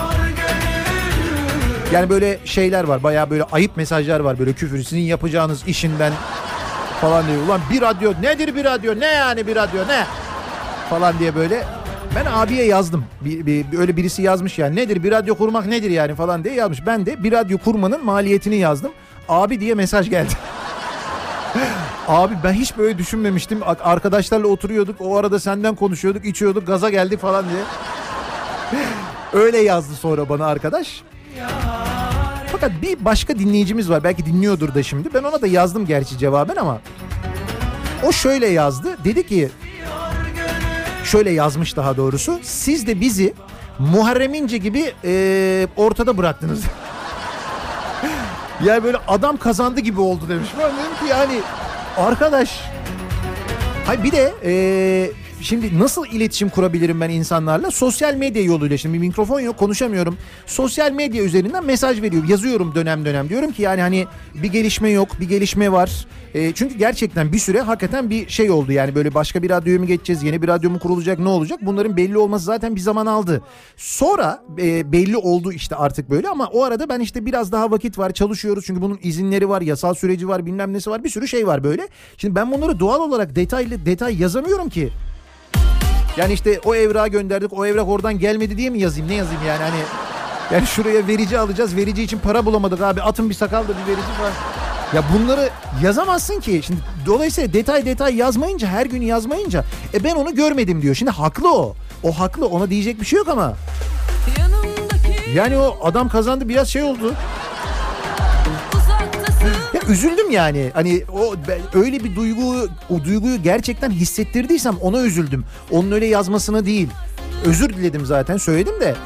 Yani böyle şeyler var. Bayağı böyle ayıp mesajlar var. Böyle küfür, sizin yapacağınız işinden falan diyor. Ulan bir radyo nedir, bir radyo ne yani, bir radyo ne falan diye böyle. Ben abiye yazdım. Öyle birisi yazmış yani, nedir bir radyo kurmak nedir yani falan diye yazmış. Ben de bir radyo kurmanın maliyetini yazdım. Abi diye mesaj geldi. Abi ben hiç böyle düşünmemiştim. Arkadaşlarla oturuyorduk. O arada senden konuşuyorduk, içiyorduk, gaza geldik falan diye. Öyle yazdı sonra bana arkadaş. Fakat bir başka dinleyicimiz var. Belki dinliyordur da şimdi. Ben ona da yazdım gerçi cevaben ama. O şöyle yazdı. Dedi ki, şöyle yazmış daha doğrusu. Siz de bizi Muharrem İnce gibi ortada bıraktınız. Yani böyle adam kazandı gibi oldu demiş. Ben dedim ki yani arkadaş. Hayır bir de şimdi nasıl iletişim kurabilirim ben insanlarla? Sosyal medya yoluyla. Şimdi bir mikrofon yok, konuşamıyorum. Sosyal medya üzerinden mesaj veriyorum. Yazıyorum dönem dönem. Diyorum ki yani hani bir gelişme yok, bir gelişme var. Çünkü gerçekten bir süre hakikaten bir şey oldu. Yani böyle başka bir radyoya mı geçeceğiz, yeni bir radyo mu kurulacak, ne olacak? Bunların belli olması zaten bir zaman aldı. Sonra belli oldu işte artık böyle, ama o arada ben işte biraz daha vakit var, çalışıyoruz. Çünkü bunun izinleri var, yasal süreci var, bilmem nesi var, bir sürü şey var böyle. Şimdi ben bunları doğal olarak detay yazamıyorum ki. Yani işte o evrağı gönderdik, o evrak oradan gelmedi diye mi yazayım, ne yazayım yani hani. Yani şuraya verici alacağız, verici için para bulamadık abi, atın bir sakal da bir verici var. Ya bunları yazamazsın ki. Şimdi dolayısıyla detay yazmayınca, her gün yazmayınca ben onu görmedim diyor. Şimdi haklı o. O haklı, ona diyecek bir şey yok ama. Yani o adam kazandı, biraz şey oldu. Ya üzüldüm yani. Hani öyle bir o duyguyu gerçekten hissettirdiysem ona üzüldüm. Onun öyle yazmasına değil. Özür diledim zaten, söyledim de.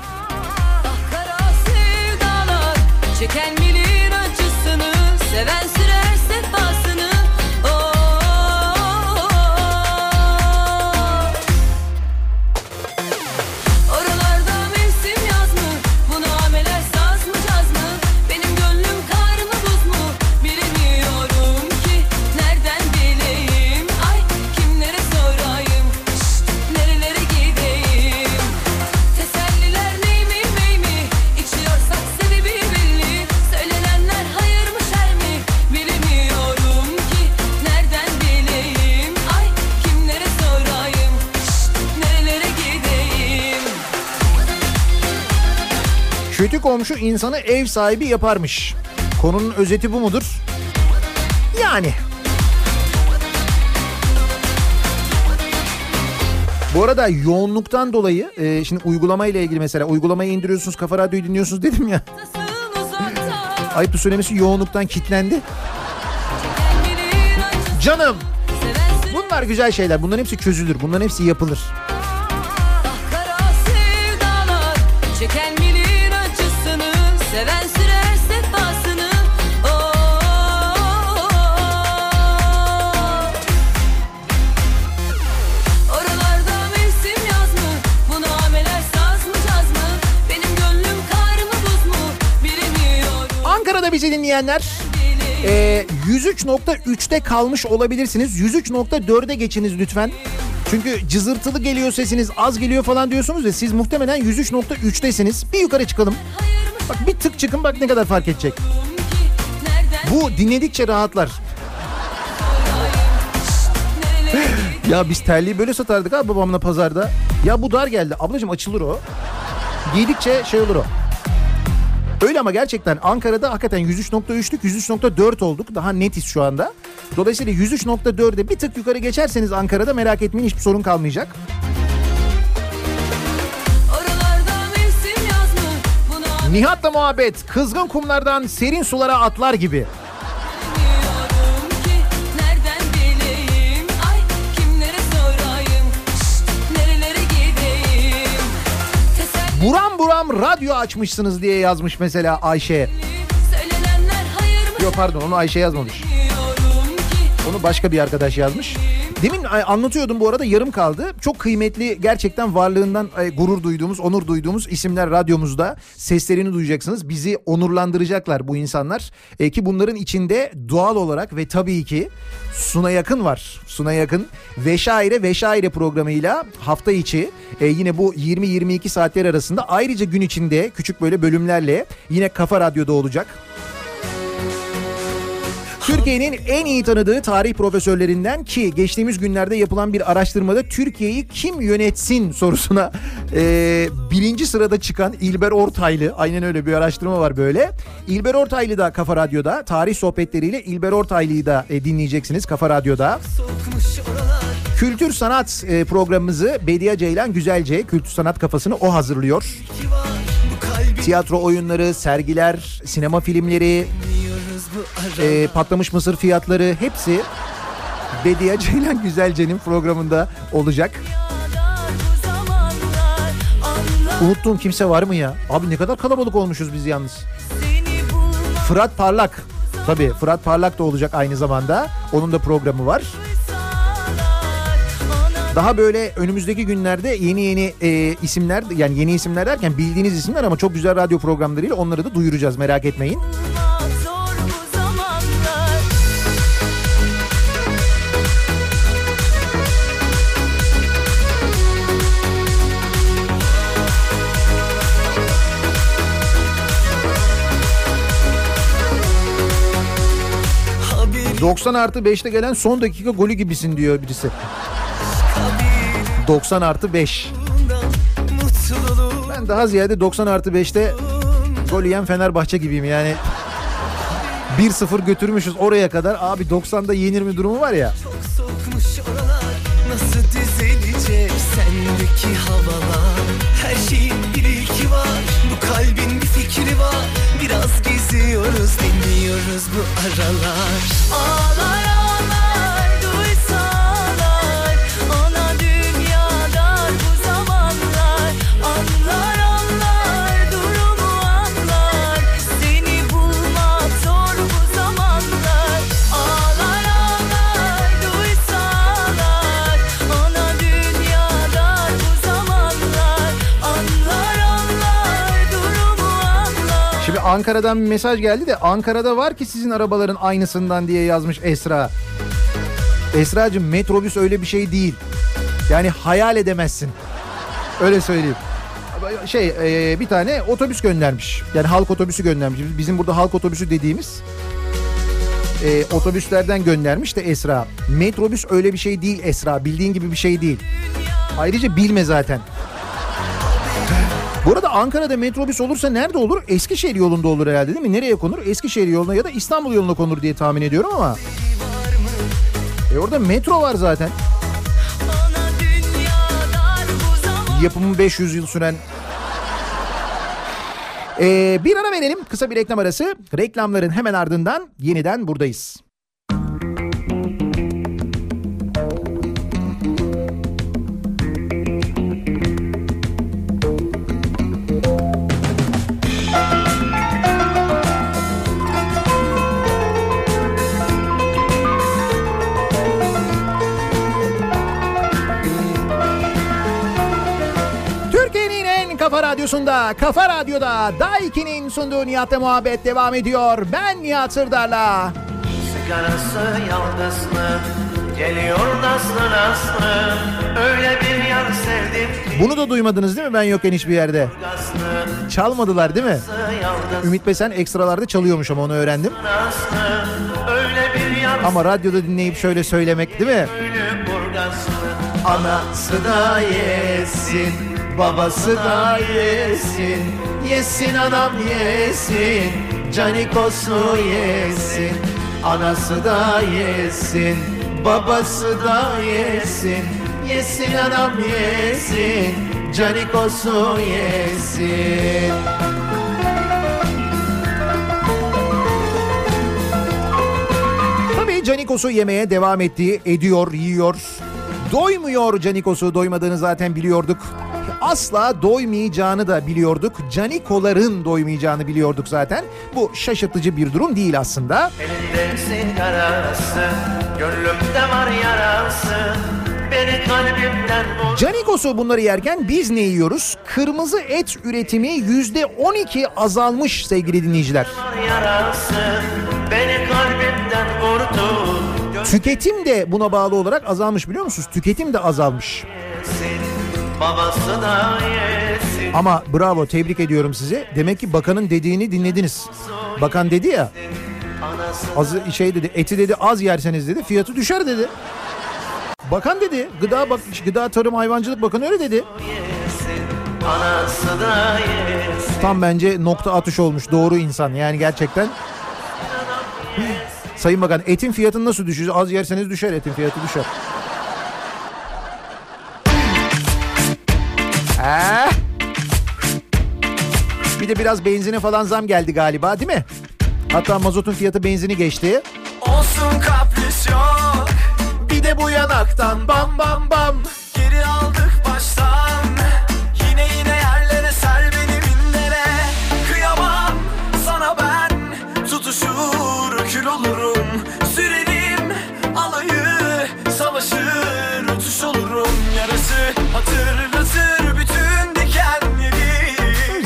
Çeken bilir acısını, seven sürer sefasını. Oralarda mevsim yaz mı? Bu nameler saz mı caz mı? Benim gönlüm kar mı buz mu? Bilemiyorum ki nereden bileyim? Ay kimlere sorayım? Şşt, nerelere gideyim? Teselliler ney mi mey mi? İçiyorsak sebebi belli. Söylenenler hayır mı şer mi? Bilemiyorum ki nereden bileyim? Ay kimlere sorayım? Şşt, nerelere gideyim? Kötü komşu insanı ev sahibi yaparmış. Konunun özeti bu mudur? Yani. Bu arada yoğunluktan dolayı şimdi uygulamayla ilgili, mesela uygulamayı indiriyorsunuz, Kafa Radyo'yu dinliyorsunuz dedim ya. Ayıptır söylemesi, yoğunluktan kilitlendi. Canım. Bunlar güzel şeyler. Bunların hepsi çözülür. Bunların hepsi yapılır. Kara sevdalar çeken bilir acısını, seven sürer sefasını. Oralarda mevsim yaz mı? Bu nameler saz mı caz mı? Benim gönlüm kar mı buz mu? Bilemiyorum. Ankara'da bizi dinleyenler 103.3'te kalmış olabilirsiniz. 103.4'e geçiniz lütfen. Çünkü cızırtılı geliyor sesiniz, az geliyor falan diyorsunuz ve siz muhtemelen 103.3'tesiniz. Bir yukarı çıkalım. Bak bir tık çıkın, bak ne kadar fark edecek. Bu dinledikçe rahatlar. Ya biz terliği böyle satardık abi babamla pazarda. Ya bu dar geldi. Ablacığım açılır o. Giydikçe şey olur o. Öyle ama gerçekten Ankara'da hakikaten 103.3'lük 103.4 olduk. Daha netiz şu anda. Dolayısıyla 103.4'e bir tık yukarı geçerseniz Ankara'da merak etmeyin, hiçbir sorun kalmayacak. Nihat'la muhabbet, kızgın kumlardan serin sulara atlar gibi. Buram buram radyo açmışsınız diye yazmış mesela Ayşe. Yok pardon, onu Ayşe yazmamış. Onu başka bir arkadaş yazmış. Demin anlatıyordum, bu arada yarım kaldı. Çok kıymetli, gerçekten varlığından gurur duyduğumuz, onur duyduğumuz isimler radyomuzda. Seslerini duyacaksınız. Bizi onurlandıracaklar bu insanlar. Ki bunların içinde doğal olarak ve tabii ki Suna Yakın var. Suna Yakın Veşaire programıyla hafta içi yine bu 20-22 saatler arasında, ayrıca gün içinde küçük böyle bölümlerle yine Kafa Radyo'da olacak. Türkiye'nin en iyi tanıdığı tarih profesörlerinden, ki geçtiğimiz günlerde yapılan bir araştırmada Türkiye'yi kim yönetsin sorusuna birinci sırada çıkan İlber Ortaylı, aynen öyle bir araştırma var böyle. İlber Ortaylı da Kafa Radyo'da, tarih sohbetleriyle İlber Ortaylı'yı da dinleyeceksiniz Kafa Radyo'da. Kültür sanat programımızı Bediye Ceylan Güzelce, kültür sanat kafasını o hazırlıyor. Tiyatro oyunları, sergiler, sinema filmleri, patlamış mısır fiyatları, hepsi Bediye Ceylan Güzelce'nin programında olacak. Unuttuğum kimse var mı ya? Abi ne kadar kalabalık olmuşuz biz yalnız. Fırat Parlak. Tabii Fırat Parlak da olacak aynı zamanda. Onun da programı var. Daha böyle önümüzdeki günlerde yeni isimler, yani yeni isimler derken bildiğiniz isimler ama çok güzel radyo programlarıyla onları da duyuracağız, merak etmeyin. ...90+5'te gelen son dakika golü gibisin diyor birisi. 90+5. Ben daha ziyade 90+5'te gol yiyen Fenerbahçe gibiyim yani. 1-0 götürmüşüz oraya kadar. Abi 90'da yenir mi durumu var ya. Çok soğukmuş oralar, nasıl düzelecek sendeki havalar? Her şeyin bir ilki var, bu kalbin bir fikri var. Biraz geziyoruz, dinliyoruz bu aralar. Ağlar ağlar duysalar, ana dünya dar bu zamanlar. Anlar anlar durumu anlar, seni bulmak zor bu zamanlar. Ağlar ağlar duysalar, ana dünya dar bu zamanlar. Anlar anlar durumu anlar. Şimdi Ankara'dan bir mesaj geldi de Ankara'da var ki sizin arabaların aynısından diye yazmış Esra. Esracığım metrobüs öyle bir şey değil. Yani hayal edemezsin. Öyle söyleyeyim. Bir tane otobüs göndermiş. Yani halk otobüsü göndermiş. Bizim burada halk otobüsü dediğimiz otobüslerden göndermiş de Esra. Metrobüs öyle bir şey değil Esra. Bildiğin gibi bir şey değil. Ayrıca bilme zaten. Bu arada Ankara'da metrobüs olursa nerede olur? Eskişehir yolunda olur herhalde değil mi? Nereye konur? Eskişehir yoluna ya da İstanbul yoluna konur diye tahmin ediyorum ama. Orada metro var zaten. Yapımı 500 yıl süren. Bir ara verelim. Kısa bir reklam arası. Reklamların hemen ardından yeniden buradayız. Kafa Radyosu'nda, Kafa Radyo'da Daiki'nin sunduğu Nihat'la muhabbet devam ediyor. Ben Nihat Sırdar'la. Sigarası yaldızlı, geliyor naslı naslı, öyle bir yar sevdim ki. Bunu da duymadınız değil mi ben yokken hiçbir yerde? Çalmadılar değil mi? Ümit Besen ekstralarda çalıyormuş ama onu öğrendim. Ama radyoda dinleyip şöyle söylemek değil mi? Anası da yesin, babası da yesin, yesin anam yesin, canikosu yesin. Anası da yesin, babası da yesin, yesin anam yesin, canikosu yesin. Tabii canikosu yemeye devam ediyor, yiyor. Doymuyor canikosu, doymadığını zaten biliyorduk. Asla doymayacağını da biliyorduk. Canikoların doymayacağını biliyorduk zaten. Bu şaşırtıcı bir durum değil aslında. Elinde sigarası, gönlümde var yarası, beni kalbimden vur. Canikosu bunları yerken biz ne yiyoruz? Kırmızı et üretimi %12 azalmış sevgili dinleyiciler. Yarası, beni kalbimden vurdu. Tüketim de buna bağlı olarak azalmış, biliyor musunuz? Tüketim de azalmış. Babası da yesin. Ama bravo, tebrik ediyorum sizi. Demek ki bakanın dediğini dinlediniz. Bakan dedi ya, az dedi, eti dedi az yerseniz dedi fiyatı düşer dedi. Bakan dedi, Gıda Tarım Hayvancılık Bakanı öyle dedi. Anası da yesin. Tam bence nokta atış olmuş, doğru insan yani gerçekten. Sayın Bakan, etin fiyatını nasıl düşürür? Az yerseniz düşer, etin fiyatı düşer. Bir de biraz benzine falan zam geldi galiba değil mi? Hatta mazotun fiyatı benzini geçti. Olsun kapris yok, bir de bu yanaktan bam bam bam. Geri aldık baştan, yine yerlere ser beni minlere. Kıyamam sana ben, tut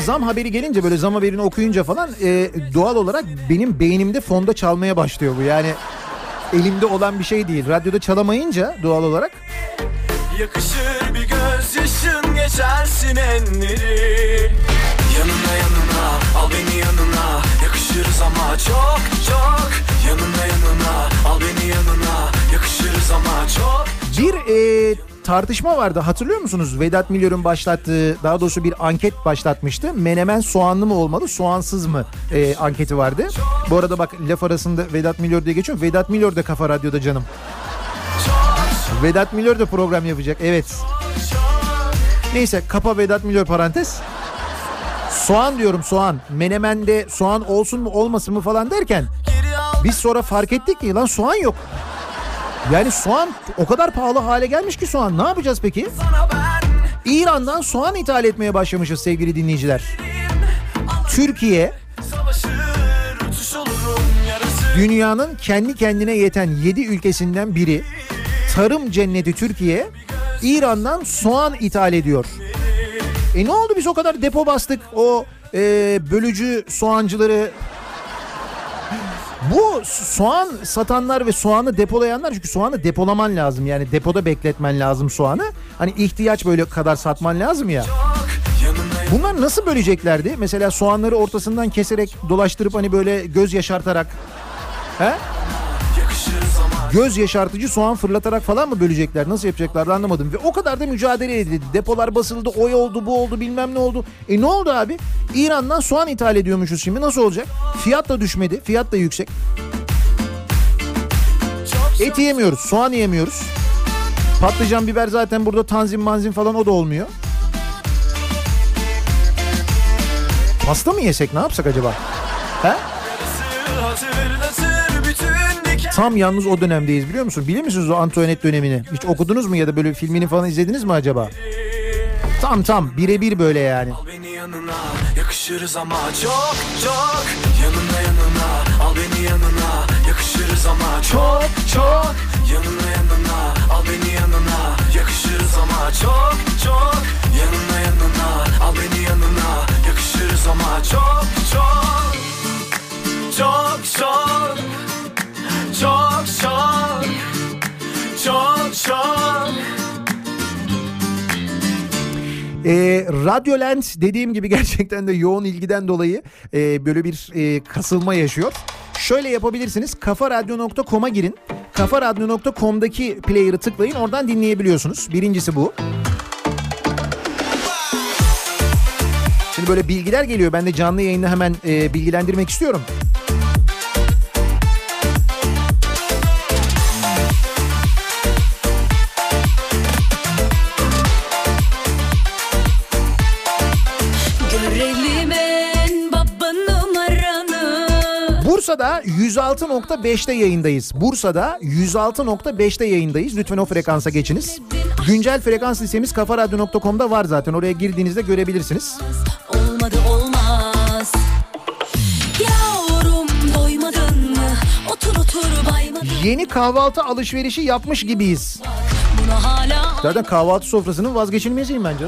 zam haberi gelince, böyle zam haberini okuyunca falan doğal olarak benim beynimde fonda çalmaya başlıyor bu. Yani elimde olan bir şey değil. Radyoda çalamayınca doğal olarak. Yakışır bir gözyaşın, geçersin enleri. Yanına yanına, al beni yanına. Yakışırız ama çok çok. Yanına al beni yanına. Yakışırız ama çok. Bir tartışma vardı, hatırlıyor musunuz? Vedat Milor'un başlattığı, daha doğrusu bir anket başlatmıştı. Menemen soğanlı mı olmalı, soğansız mı anketi vardı. Bu arada bak, laf arasında Vedat Milor diye geçiyor. Vedat Milor da Kafa Radyo'da canım. Vedat Milor da program yapacak, evet. Neyse, kapa Vedat Milor parantez. Soğan diyorum, soğan. Menemende soğan olsun mu olmasın mı falan derken biz sonra fark ettik ki lan soğan yok. Yani soğan o kadar pahalı hale gelmiş ki soğan. Ne yapacağız peki? İran'dan soğan ithal etmeye başlamışız sevgili dinleyiciler. Türkiye dünyanın kendi kendine yeten 7 ülkesinden biri. Tarım cenneti Türkiye İran'dan soğan ithal ediyor. Ne oldu, biz o kadar depo bastık, o bölücü soğancıları. Bu soğan satanlar ve soğanı depolayanlar, çünkü soğanı depolaman lazım, yani depoda bekletmen lazım soğanı. Hani ihtiyaç böyle kadar satman lazım ya. Bunlar nasıl böleceklerdi? Mesela soğanları ortasından keserek, dolaştırıp hani böyle göz yaşartarak, he? Göz yaşartıcı soğan fırlatarak falan mı bölecekler? Nasıl yapacaklardı anlamadım. Ve o kadar da mücadele edildi. Depolar basıldı, o oldu, bu oldu, bilmem ne oldu. Ne oldu abi? İran'dan soğan ithal ediyormuşuz şimdi. Nasıl olacak? Fiyat da düşmedi. Fiyat da yüksek. Et yiyemiyoruz, soğan yiyemiyoruz. Patlıcan, biber zaten burada tanzim manzim falan, o da olmuyor. Pasta mı yesek, ne yapsak acaba? He? Tam yalnız o dönemdeyiz, biliyor musun? Biliyor musunuz o Antoinette dönemini? Hiç okudunuz mu ya da böyle filmini falan izlediniz mi acaba? Tam birebir böyle yani. Al beni yanına, yakışırız ama çok çok. Yanına al beni yanına, yakışırız ama çok çok. Yanına al beni yanına, yakışırız ama çok çok. Yanına al beni yanına, yakışırız ama çok çok. Çok çok. Çok çok. Çok çok. Radyoland dediğim gibi gerçekten de yoğun ilgiden dolayı böyle bir kasılma yaşıyor. Şöyle yapabilirsiniz, kafaradyo.com'a girin. Kafaradyo.com'daki player'ı tıklayın, oradan dinleyebiliyorsunuz. Birincisi bu. Şimdi böyle bilgiler geliyor, ben de canlı yayında hemen bilgilendirmek istiyorum. Bursa'da 106.5'te yayındayız. Bursa'da 106.5'te yayındayız. Lütfen o frekansa geçiniz. Güncel frekans listemiz kafaradyo.com'da var zaten. Oraya girdiğinizde görebilirsiniz. Olmadı olmaz. Yavrum doymadın mı? Otur baymadın. Yeni kahvaltı alışverişi yapmış gibiyiz. Zaten kahvaltı sofrasının vazgeçilmeziyim bence.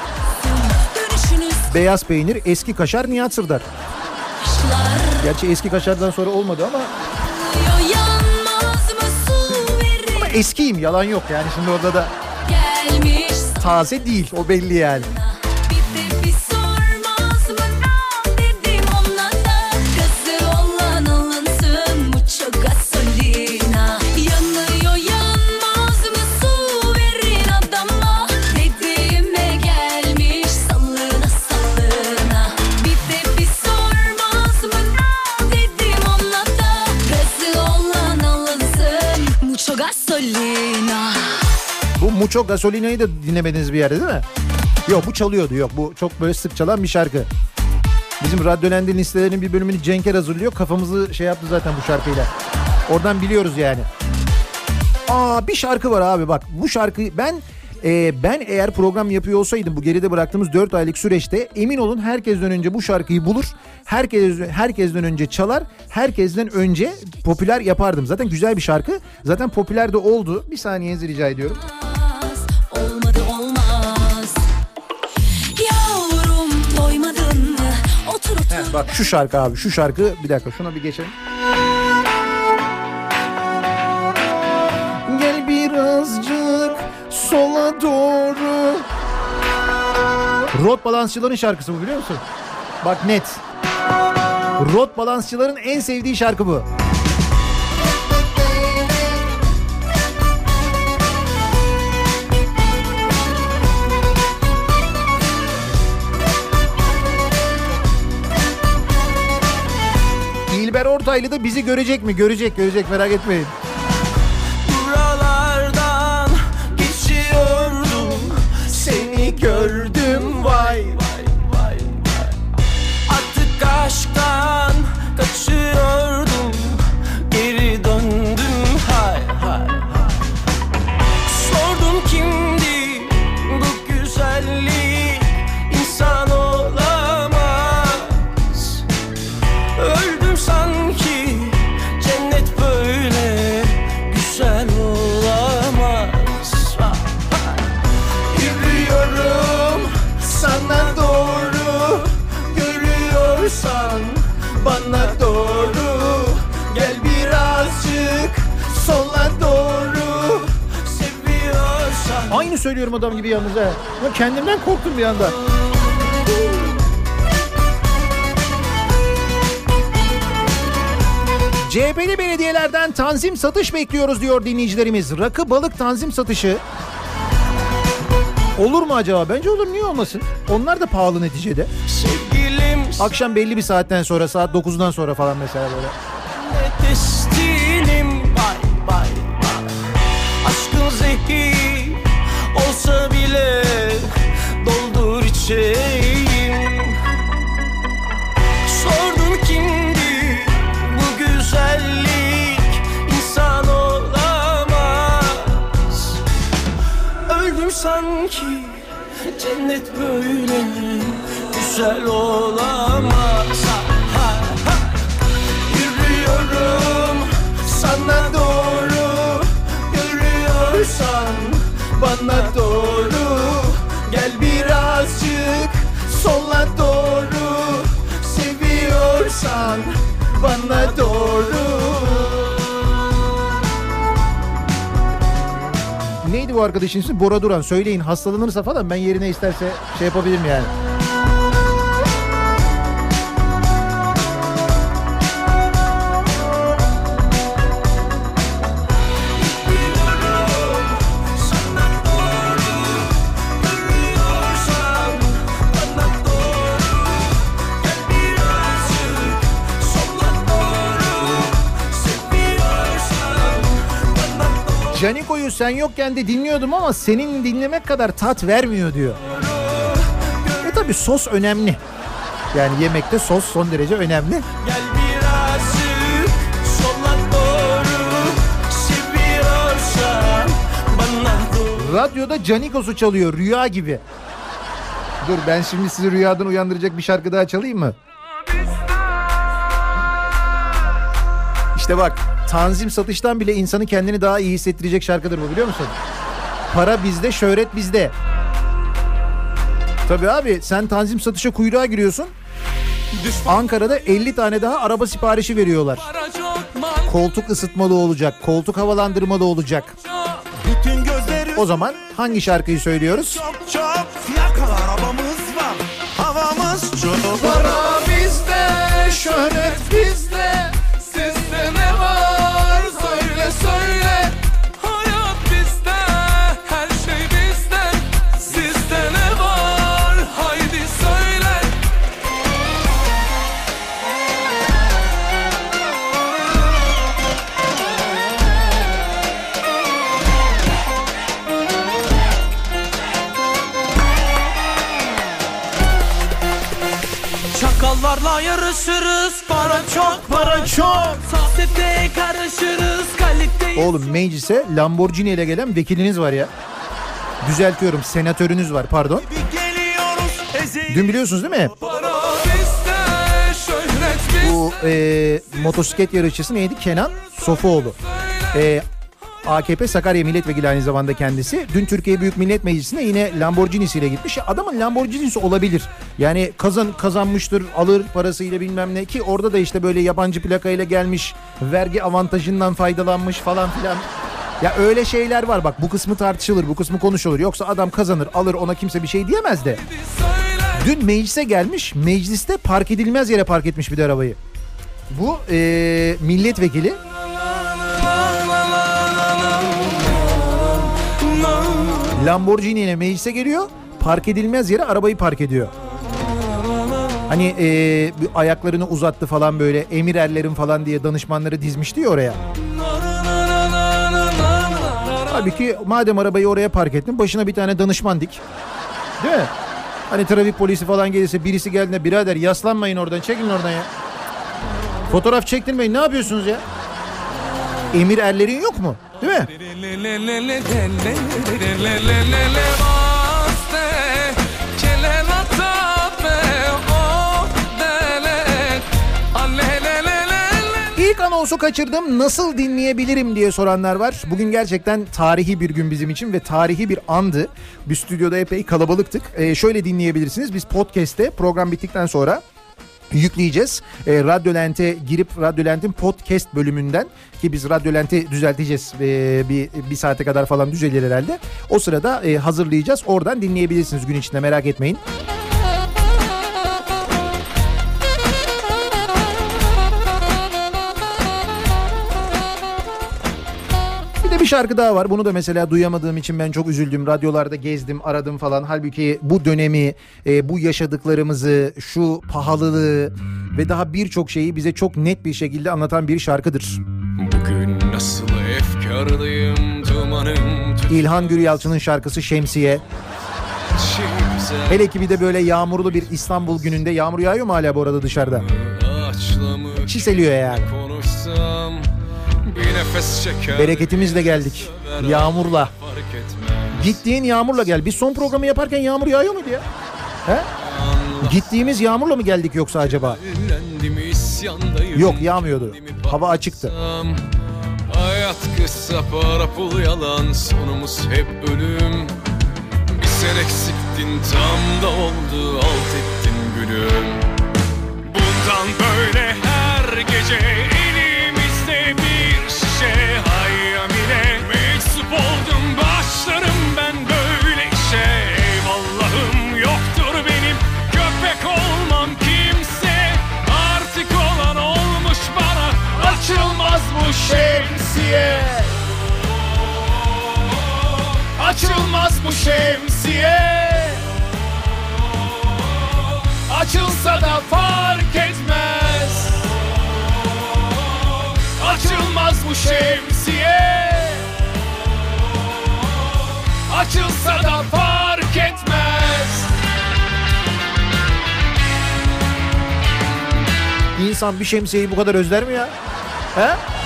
Beyaz peynir, eski kaşar, Nihat Sırdar. Gerçi eski kaşardan sonra olmadı ama eskiyim, yalan yok yani, şimdi orada da taze değil, o belli yani. Bu Mucho Gasolina'yı da dinlemediniz bir yerde değil mi? Yok, bu çalıyordu, yok, bu çok böyle sık çalan bir şarkı. Bizim Radyoland'in listelerinin bir bölümünü Cenker hazırlıyor, kafamızı şey yaptı zaten bu şarkıyla. Oradan biliyoruz yani. Bir şarkı var abi, bak bu şarkı ben eğer program yapıyor olsaydım bu geride bıraktığımız 4 aylık süreçte, emin olun herkesten önce bu şarkıyı bulur, herkesten önce çalar, herkesten önce popüler yapardım. Zaten güzel bir şarkı, zaten popüler de oldu. Bir saniyenizi rica ediyorum. Olmadı olmaz. Yavrum doymadın mı? Bak şu şarkı abi, şu şarkı, bir dakika şuna bir geçelim. Gel birazcık sola doğru. Rot balansçıların şarkısı bu, biliyor musun? Bak net. Rot balansçıların en sevdiği şarkı bu. İlber Ortaylı da bizi görecek mi? Görecek merak etmeyin. Buralardan geçiyordum, seni gördüm vay. Artık aşktan kaçıyordum, geri döndüm hay. Sordum kimdi bu güzellik, insan olamaz. Öldüm sanki, cennet böyle güzel olamaz. Yürüyorum sana doğru, görüyorsan bana doğru. Gel birazcık sola doğru, seviyorsan. Aynı söylüyorum adam gibi yalnız ha. Ama kendimden korktum bir anda. CHP'li belediyelerden tanzim satış bekliyoruz diyor dinleyicilerimiz. Rakı balık tanzim satışı olur mu acaba? Bence olur, niye olmasın? Onlar da pahalı neticede. Sevgilim, Akşam belli bir saatten sonra, saat 9'dan sonra falan mesela böyle. destinim bay. Aşkın zehir olsa bile doldur içeyim. Sordun kimdi bu güzellik, insan olamaz. Öldüm sanki, cennet böyle güzel olamaz. Yürüyorum sana doğru, görüyorsan bana doğru. Gel birazcık sola doğru, seviyorsan bana doğru. Neydi bu arkadaşın ismi? Bora Duran. Söyleyin, hastalanırsa falan ben yerine isterse şey yapabilirim yani. Caniko'yu sen yokken de dinliyordum ama senin dinlemek kadar tat vermiyor diyor. Tabii sos önemli. Yani yemekte sos son derece önemli. Gel birazcık sola doğru, seviyorsan bana doğru. Radyoda Canikos'u çalıyor rüya gibi. Dur ben şimdi sizi rüyadan uyandıracak bir şarkı daha çalayım mı? İşte bak, tanzim satıştan bile insanı kendini daha iyi hissettirecek şarkıdır bu, biliyor musun? Para bizde, şöhret bizde. Tabii abi, sen tanzim satışa kuyruğa giriyorsun. Ankara'da 50 tane daha araba siparişi veriyorlar. Koltuk ısıtmalı olacak, koltuk havalandırmalı olacak. O zaman hangi şarkıyı söylüyoruz? Çok yakal arabamız var, havamız çok. Para bizde, şöhret bizde, sizde ne var söyle söyle. Hayat bizde, her şey bizde, sizde ne var haydi söyle. Çakallarla yarışırız, para çok para çok. Sohbete karışırız, kalite. Oğlum meclise Lamborghini ile gelen vekiliniz var ya. Düzeltiyorum, senatörünüz var, pardon. Dün biliyorsunuz değil mi? Bu motosiklet yarışçısı neydi? Kenan Sofuoğlu. AKP Sakarya Milletvekili aynı zamanda kendisi. Dün Türkiye Büyük Millet Meclisi'ne yine Lamborghini'siyle gitmiş. Adamın Lamborghini'si olabilir. Yani kazanmıştır, alır parasıyla bilmem ne, ki orada da işte böyle yabancı plakayla gelmiş, vergi avantajından faydalanmış falan filan. Ya öyle şeyler var, bak bu kısmı tartışılır, bu kısmı konuşulur. Yoksa adam kazanır, alır, ona kimse bir şey diyemez de. Dün meclise gelmiş, mecliste park edilmez yere park etmiş bir de arabayı. Bu milletvekili Lamborghini ile meclise geliyor, park edilmez yere arabayı park ediyor. Hani ayaklarını uzattı falan, böyle emir erlerin falan diye danışmanları dizmişti ya oraya. Halbuki madem arabayı oraya park ettin, başına bir tane danışman dik. Değil mi? Hani trafik polisi falan gelirse, birisi geldiğinde birader yaslanmayın oradan, çekilin oradan ya. Fotoğraf çektirmeyin, ne yapıyorsunuz ya? Emir erlerin yok mu? Değil mi? İlk anonsu kaçırdım, nasıl dinleyebilirim diye soranlar var. Bugün gerçekten tarihi bir gün bizim için ve tarihi bir andı. Bir stüdyoda epey kalabalıktık. Şöyle dinleyebilirsiniz, biz podcast'te program bittikten sonra yükleyeceğiz. Radyolent'e girip Radyolent'in podcast bölümünden, ki biz Radyolent'i düzelteceğiz, bir saate kadar falan düzelir herhalde. O sırada hazırlayacağız, oradan dinleyebilirsiniz gün içinde, merak etmeyin. Bir şarkı daha var. Bunu da mesela duyamadığım için ben çok üzüldüm. Radyolarda gezdim, aradım falan. Halbuki bu dönemi, bu yaşadıklarımızı, şu pahalılığı ve daha birçok şeyi bize çok net bir şekilde anlatan bir şarkıdır. Bugün nasıl efkarlıyım, dumanım. İlhan Güryalçı'nın şarkısı Şemsiye. Hele ki bir de böyle yağmurlu bir İstanbul gününde. Yağmur yağıyor mu hala bu arada dışarıda? Çiseliyor yani. Bereketimizle geldik. Yağmurla. Gittiğin yağmurla gel. Biz son programı yaparken yağmur yağıyor muydu ya? He? Gittiğimiz yağmurla mı geldik yoksa acaba? Yok, yağmıyordu. Hava açıktı. Hayat kısa, para pul yalan, sonumuz hep ölüm. Bir sen eksiktin, tam da oldu, alt ettin gülüm. Bundan böyle her gece elimizde bir şişe hayyamine. Meczup oldum, başlarım ben böyle işe. Eyvallahım yoktur benim, köpek olmam kimse. Artık olan olmuş bana, açılmaz bu şemsiye. Açılmaz bu şemsiye. Açılsa da fark etmez. Açılmaz bu şemsiye. Açılsa da fark etmez. İnsan bir şemsiyeyi bu kadar özler mi ya? He?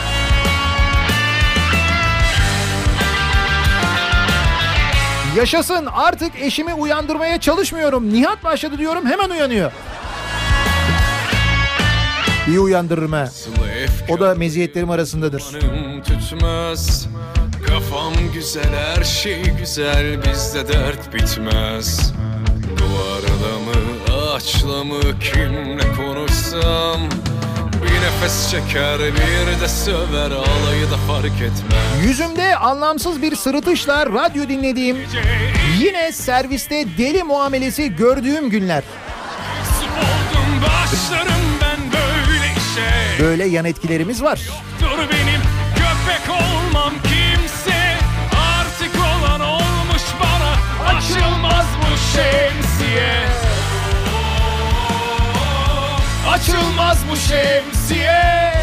Yaşasın, artık eşimi uyandırmaya çalışmıyorum. Nihat başladı diyorum, hemen uyanıyor. İyi uyandırırım ha. O da meziyetlerim arasındadır. Tutmaz. Kafam güzel, her şey güzel, bizde dert bitmez. Duvarla mı, ağaçla mı, kimle konuşsam bir nefes çeker, bir de söver, alayı da fark etmez. Yüzümde anlamsız bir sırıtışla radyo dinlediğim, yine serviste deli muamelesi gördüğüm günler. Böyle yan etkilerimiz var. Dur benim, köpek olmam kimse. Artık olan olmuş bana. Açılmaz bu şemsiye. Açılmaz bu şemsiye.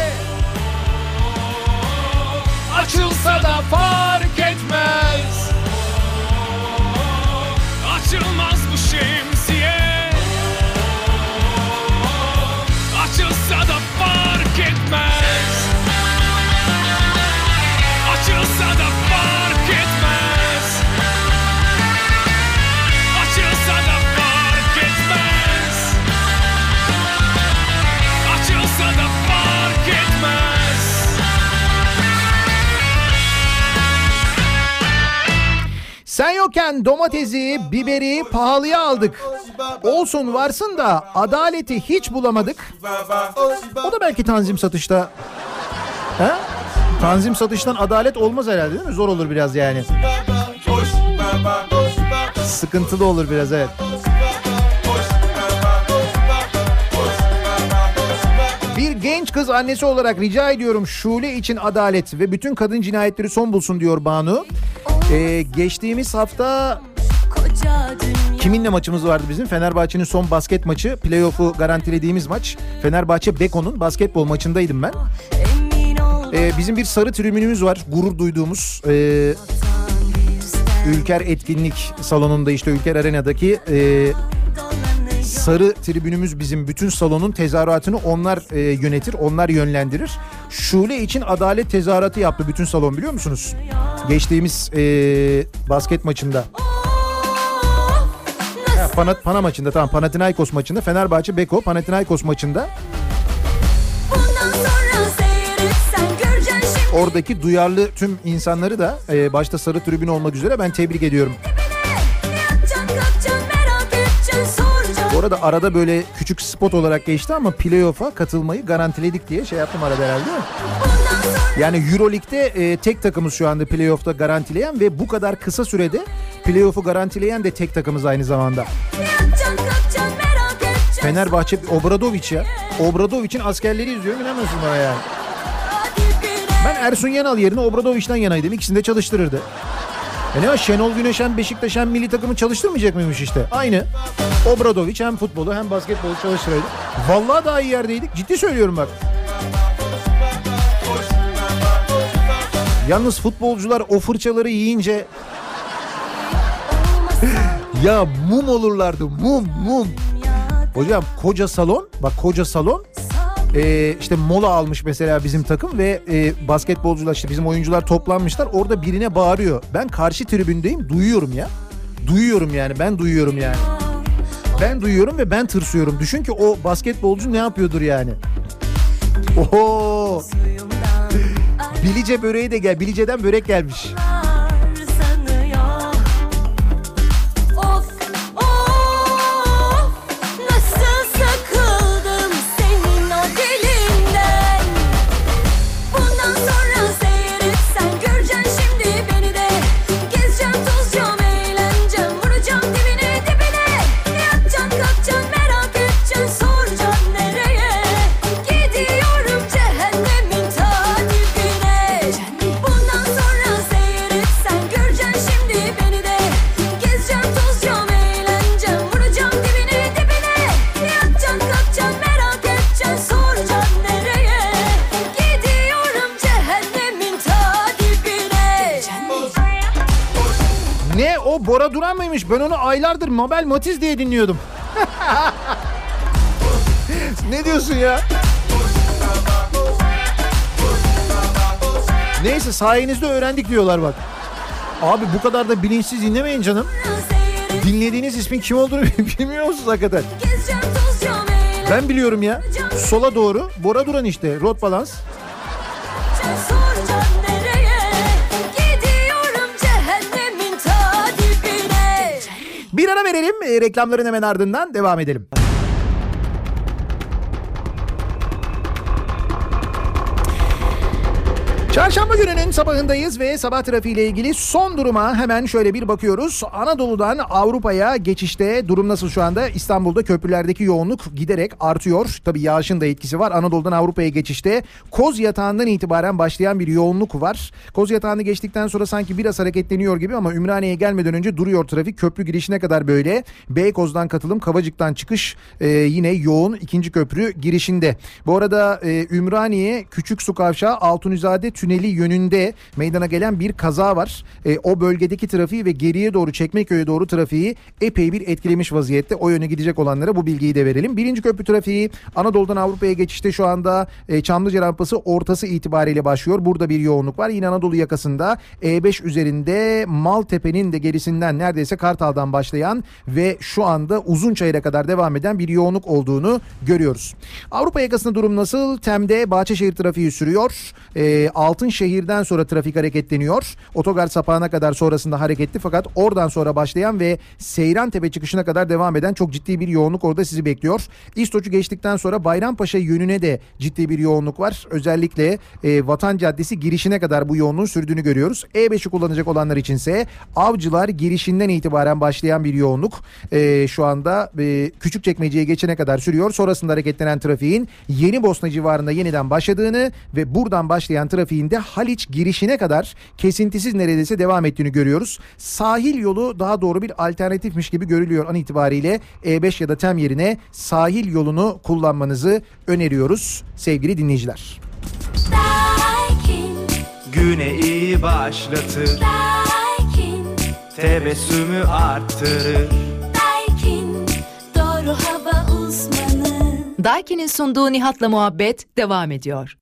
Açılsa da fark etmez. Açılmaz bu şemsiye. Açılsa da fark etmez. Açılsa da fark etmez. Açılsa da fark etmez. Açılsa da fark etmez. Sen yokken domatesi, biberi pahalıya aldık. Olsun varsın da adaleti hiç bulamadık. O da belki tanzim satışta. He? Tanzim satıştan adalet olmaz herhalde değil mi? Zor olur biraz yani. Sıkıntılı olur biraz, evet. Bir genç kız annesi olarak rica ediyorum Şule için adalet ve bütün kadın cinayetleri son bulsun diyor Banu. Geçtiğimiz hafta kiminle maçımız vardı bizim? Fenerbahçe'nin son basket maçı, playoff'u garantilediğimiz maç. Fenerbahçe Beko'nun basketbol maçındaydım ben. Bizim bir sarı tribünümüz var, gurur duyduğumuz. Ülker Etkinlik Salonu'nda, işte Ülker Arena'daki sarı tribünümüz bizim. Bütün salonun tezahüratını onlar yönetir, onlar yönlendirir. Şule için adalet tezahüratı yaptı bütün salon, biliyor musunuz? Geçtiğimiz basket maçında. Pana maçında, tamam, Panathinaikos maçında, Fenerbahçe Beko Panathinaikos maçında. Oradaki duyarlı tüm insanları da başta sarı tribün olmak üzere ben tebrik ediyorum. Bu arada arada böyle küçük spot olarak geçti ama playoff'a katılmayı garantiledik diye şey yaptım arada herhalde. Yani Euroleague'de tek takımız şu anda playoff'ta garantileyen ve bu kadar kısa sürede playoff'u garantileyen de tek takımız aynı zamanda. Fenerbahçe Obradoviç ya. Obradoviç'in askerleri izliyorum, inanmıyorsun bana yani. Ben Ersun Yanal yerine Obradoviç'ten yanaydım. İkisini de çalıştırırdı. Ne var, Şenol Güneş hem Beşiktaş hem milli takımı çalıştırmayacak mıymış işte? Aynı. Obradoviç hem futbolu hem basketbolu çalıştıraydı. Vallahi daha iyi yerdeydik. Ciddi söylüyorum bak. Yalnız futbolcular o fırçaları yiyince ya mum olurlardı. Mum. Hocam koca salon, bak koca salon. İşte mola almış mesela bizim takım ve basketbolcular, işte bizim oyuncular toplanmışlar, orada birine bağırıyor. Ben karşı tribündeyim, duyuyorum ya. Duyuyorum yani, ben duyuyorum yani. Ben duyuyorum ve ben tırsıyorum. Düşün ki o basketbolcu ne yapıyordur yani. Oho. Bilice böreği de gel. Bilice'den börek gelmiş. Bora Duran mıymış? Ben onu aylardır Mabel Matiz diye dinliyordum. Ne diyorsun ya? Neyse, sayenizde öğrendik diyorlar bak. Abi bu kadar da bilinçsiz dinlemeyin canım. Dinlediğiniz ismin kim olduğunu bilmiyor musunuz hakikaten? Ben biliyorum ya. Sola doğru Bora Duran işte. Rot balans. Bir ara verelim. Reklamların hemen ardından devam edelim. Çarşamba gününün sabahındayız ve sabah trafiğiyle ilgili son duruma hemen şöyle bir bakıyoruz. Anadolu'dan Avrupa'ya geçişte durum nasıl şu anda? İstanbul'da köprülerdeki yoğunluk giderek artıyor. Tabii yağışın da etkisi var. Anadolu'dan Avrupa'ya geçişte Kozyatağı'ndan itibaren başlayan bir yoğunluk var. Kozyatağı'nı geçtikten sonra sanki biraz hareketleniyor gibi ama Ümraniye'ye gelmeden önce duruyor trafik. Köprü girişine kadar böyle. Beykoz'dan katılım, Kavacık'tan çıkış yine yoğun ikinci köprü girişinde. Bu arada Ümraniye Küçüksu Kavşağı Altunizade Tüneli yönünde meydana gelen bir kaza var. O bölgedeki trafiği ve geriye doğru Çekmeköy'e doğru trafiği epey bir etkilemiş vaziyette. O yöne gidecek olanlara bu bilgiyi de verelim. Birinci köprü trafiği Anadolu'dan Avrupa'ya geçişte şu anda Çamlıca rampası ortası itibariyle başlıyor. Burada bir yoğunluk var. Yine Anadolu yakasında E5 üzerinde Maltepe'nin de gerisinden neredeyse Kartal'dan başlayan ve şu anda Uzunçayır'a kadar devam eden bir yoğunluk olduğunu görüyoruz. Avrupa yakasında durum nasıl? Tem'de Bahçeşehir trafiği sürüyor. Altınşehir'den sonra trafik hareketleniyor. Otogar sapağına kadar sonrasında hareketli, fakat oradan sonra başlayan ve Seyrantepe çıkışına kadar devam eden çok ciddi bir yoğunluk orada sizi bekliyor. İstoç'u geçtikten sonra Bayrampaşa yönüne de ciddi bir yoğunluk var. Özellikle Vatan Caddesi girişine kadar bu yoğunluğun sürdüğünü görüyoruz. E5'i kullanacak olanlar içinse Avcılar girişinden itibaren başlayan bir yoğunluk şu anda Küçükçekmece'ye geçene kadar sürüyor. Sonrasında hareketlenen trafiğin Yenibosna civarında yeniden başladığını ve buradan başlayan trafiğin de Haliç girişine kadar kesintisiz neredeyse devam ettiğini görüyoruz. Sahil yolu daha doğru bir alternatifmiş gibi görülüyor an itibariyle. E5 ya da TEM yerine sahil yolunu kullanmanızı öneriyoruz sevgili dinleyiciler. Daikin, Güne iyi başlatır, Daikin, tebessümü arttırır. Daikin, doğru hava uzmanı. Daiki'nin sunduğu Nihat'la Muhabbet devam ediyor.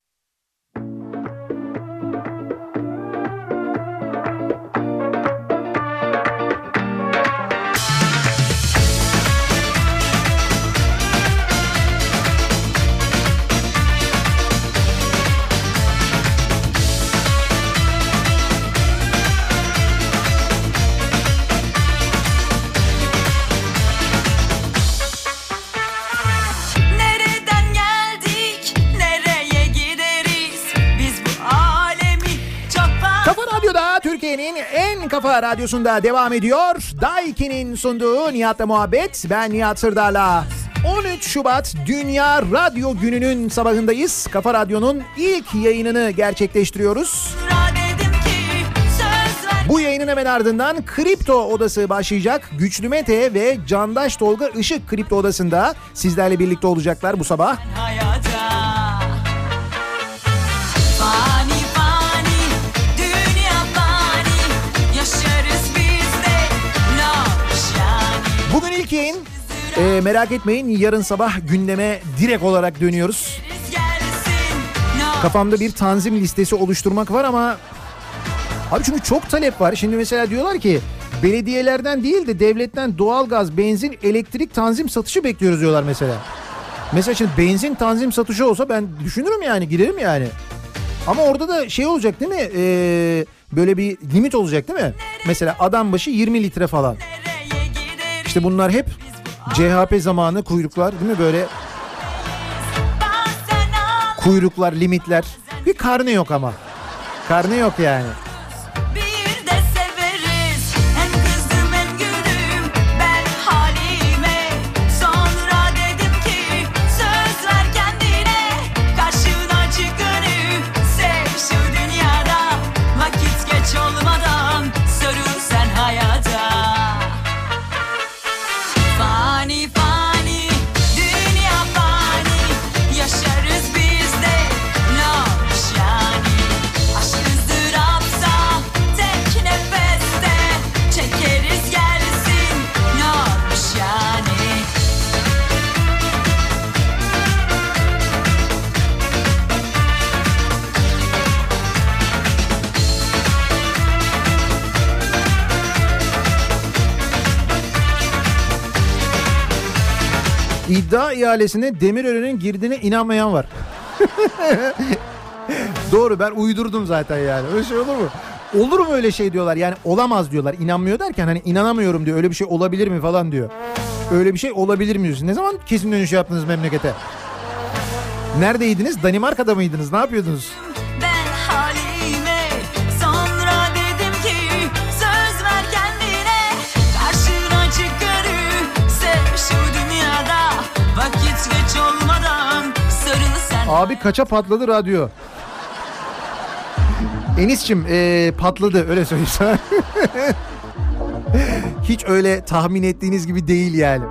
Nereden geldik, nereye gideriz? Biz bu alemi çok Kafa Radyo'da, Türkiye'nin en kafa radyosunda devam ediyor. Daiki'nin sunduğu Nihat'la Muhabbet. Ben Nihat Sırdar'la. 13 Şubat Dünya Radyo Günü'nün sabahındayız. Kafa Radyo'nun ilk yayınını gerçekleştiriyoruz. fazla dedim ki söz ver Bu yayının hemen ardından Kripto Odası başlayacak. Güçlü Mete ve Candaş Tolga Işık Kripto Odası'nda sizlerle birlikte olacaklar bu sabah. hayata. Fani fani, dünya fani, yaşarız biz de navşani. Bugün ilk yayın. Merak etmeyin, yarın sabah gündeme direkt olarak dönüyoruz. Gelsin, Kafamda bir tanzim listesi oluşturmak var ama abi çünkü çok talep var. Şimdi mesela diyorlar ki belediyelerden değil de devletten doğalgaz, benzin, elektrik tanzim satışı bekliyoruz diyorlar mesela. Mesela şimdi benzin tanzim satışı olsa ben düşünürüm yani, giderim yani. Ama orada da şey olacak değil mi? Böyle bir limit olacak değil mi? Mesela adam başı 20 litre falan. nereye gideriz? İşte bunlar hep CHP zamanı kuyruklar değil mi? Böyle Bazen ağlar, kuyruklar, limitler. Bir karne yok ama. Karne yok yani. bir de severiz. Hem kızdım hem güldüm ben halime. Sonra dedim ki söz ver kendine. Karşına çık önü, sev şu dünyada. Vakit geç olmadan sarıl sen hayata. Fani fani, dünya fani, yaşarız biz de navşani. Aşk ızdırapsa tek nefeste, çekeriz gelsin navşani. İddia ihalesine Demirören'in girdiğine inanmayan var. Doğru, ben uydurdum zaten yani. Öyle şey olur mu? Olur mu öyle şey diyorlar. Yani olamaz diyorlar. İnanmıyor derken hani inanamıyorum diyor. Öyle bir şey olabilir mi falan diyor. Öyle bir şey olabilir mi diyorsun. Ne zaman kesin dönüş yaptınız memlekete? Neredeydiniz? Danimarka'da mıydınız? Ne yapıyordunuz? Ben halime, sonra dedim ki söz ver kendine. Karşına çıkarı, sev şu dünyada. Vakit geç olmadan sarıl sen. Abi kaça patladı radyo? Enis'cim patladı, öyle söyleyeyim sana. Hiç öyle tahmin ettiğiniz gibi değil yani.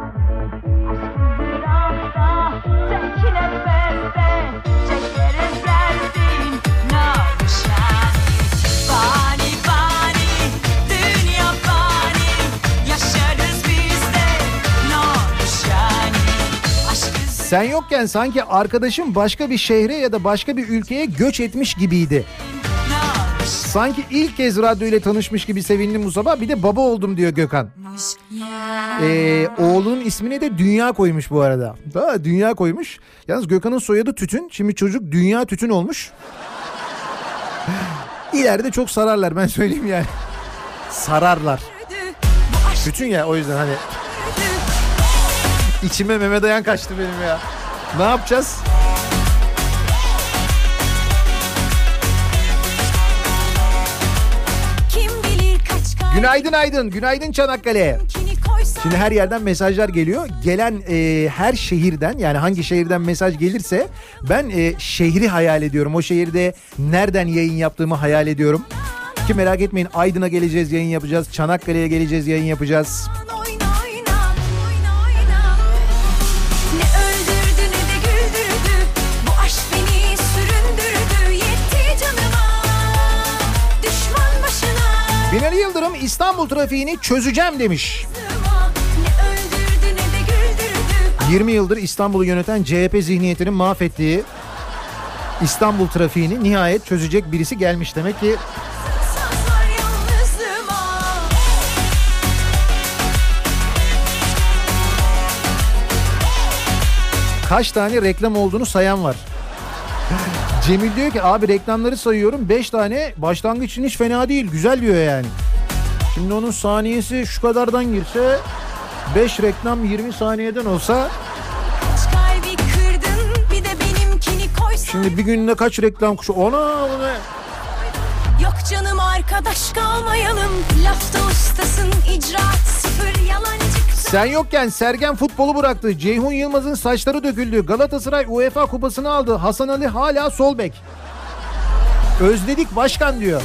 Tek nefeste, çekeriz gelsin navşani. Fani fani, dünya fani, yaşarız biz de navşani. Aşk Sen yokken sanki arkadaşım başka bir şehre ya da başka bir ülkeye göç etmiş gibiydi. Sanki ilk kez radyo ile tanışmış gibi sevindim bu sabah. Bir de baba oldum diyor Gökhan. Oğlunun ismini de Dünya koymuş bu arada. Daha Dünya koymuş. Yalnız Gökhan'ın soyadı Tütün. Şimdi çocuk Dünya Tütün olmuş. İleride çok sararlar, ben söyleyeyim yani. Sararlar. Bütün ya, o yüzden hani içime Mehmet Ayan kaçtı benim ya. Ne yapacağız? Günaydın Aydın, günaydın Çanakkale. Şimdi her yerden mesajlar geliyor. Gelen her şehirden, yani hangi şehirden mesaj gelirse ben şehri hayal ediyorum. O şehirde nereden yayın yaptığımı hayal ediyorum. Ki merak etmeyin, Aydın'a geleceğiz, yayın yapacağız. Çanakkale'ye geleceğiz, yayın yapacağız. Binali Yıldırım İstanbul trafiğini çözeceğim demiş. 20 yıldır İstanbul'u yöneten CHP zihniyetinin mahvettiği İstanbul trafiğini nihayet çözecek birisi gelmiş demek ki. Kaç tane reklam olduğunu sayan var. Cemil diyor ki abi reklamları sayıyorum, 5 tane başlangıç için hiç fena değil, güzel diyor yani. Şimdi onun saniyesi şu kadardan girse 5 reklam 20 saniyeden olsa, şimdi bir günde kaç reklam kuşu ona. Yok canım arkadaş kalmayalım, lafta ustasın, icraat sıfır, yalancı. Sen yokken Sergen futbolu bıraktı. Ceyhun Yılmaz'ın saçları döküldü. Galatasaray UEFA kupasını aldı. Hasan Ali hala sol bek. Özledik başkan diyor.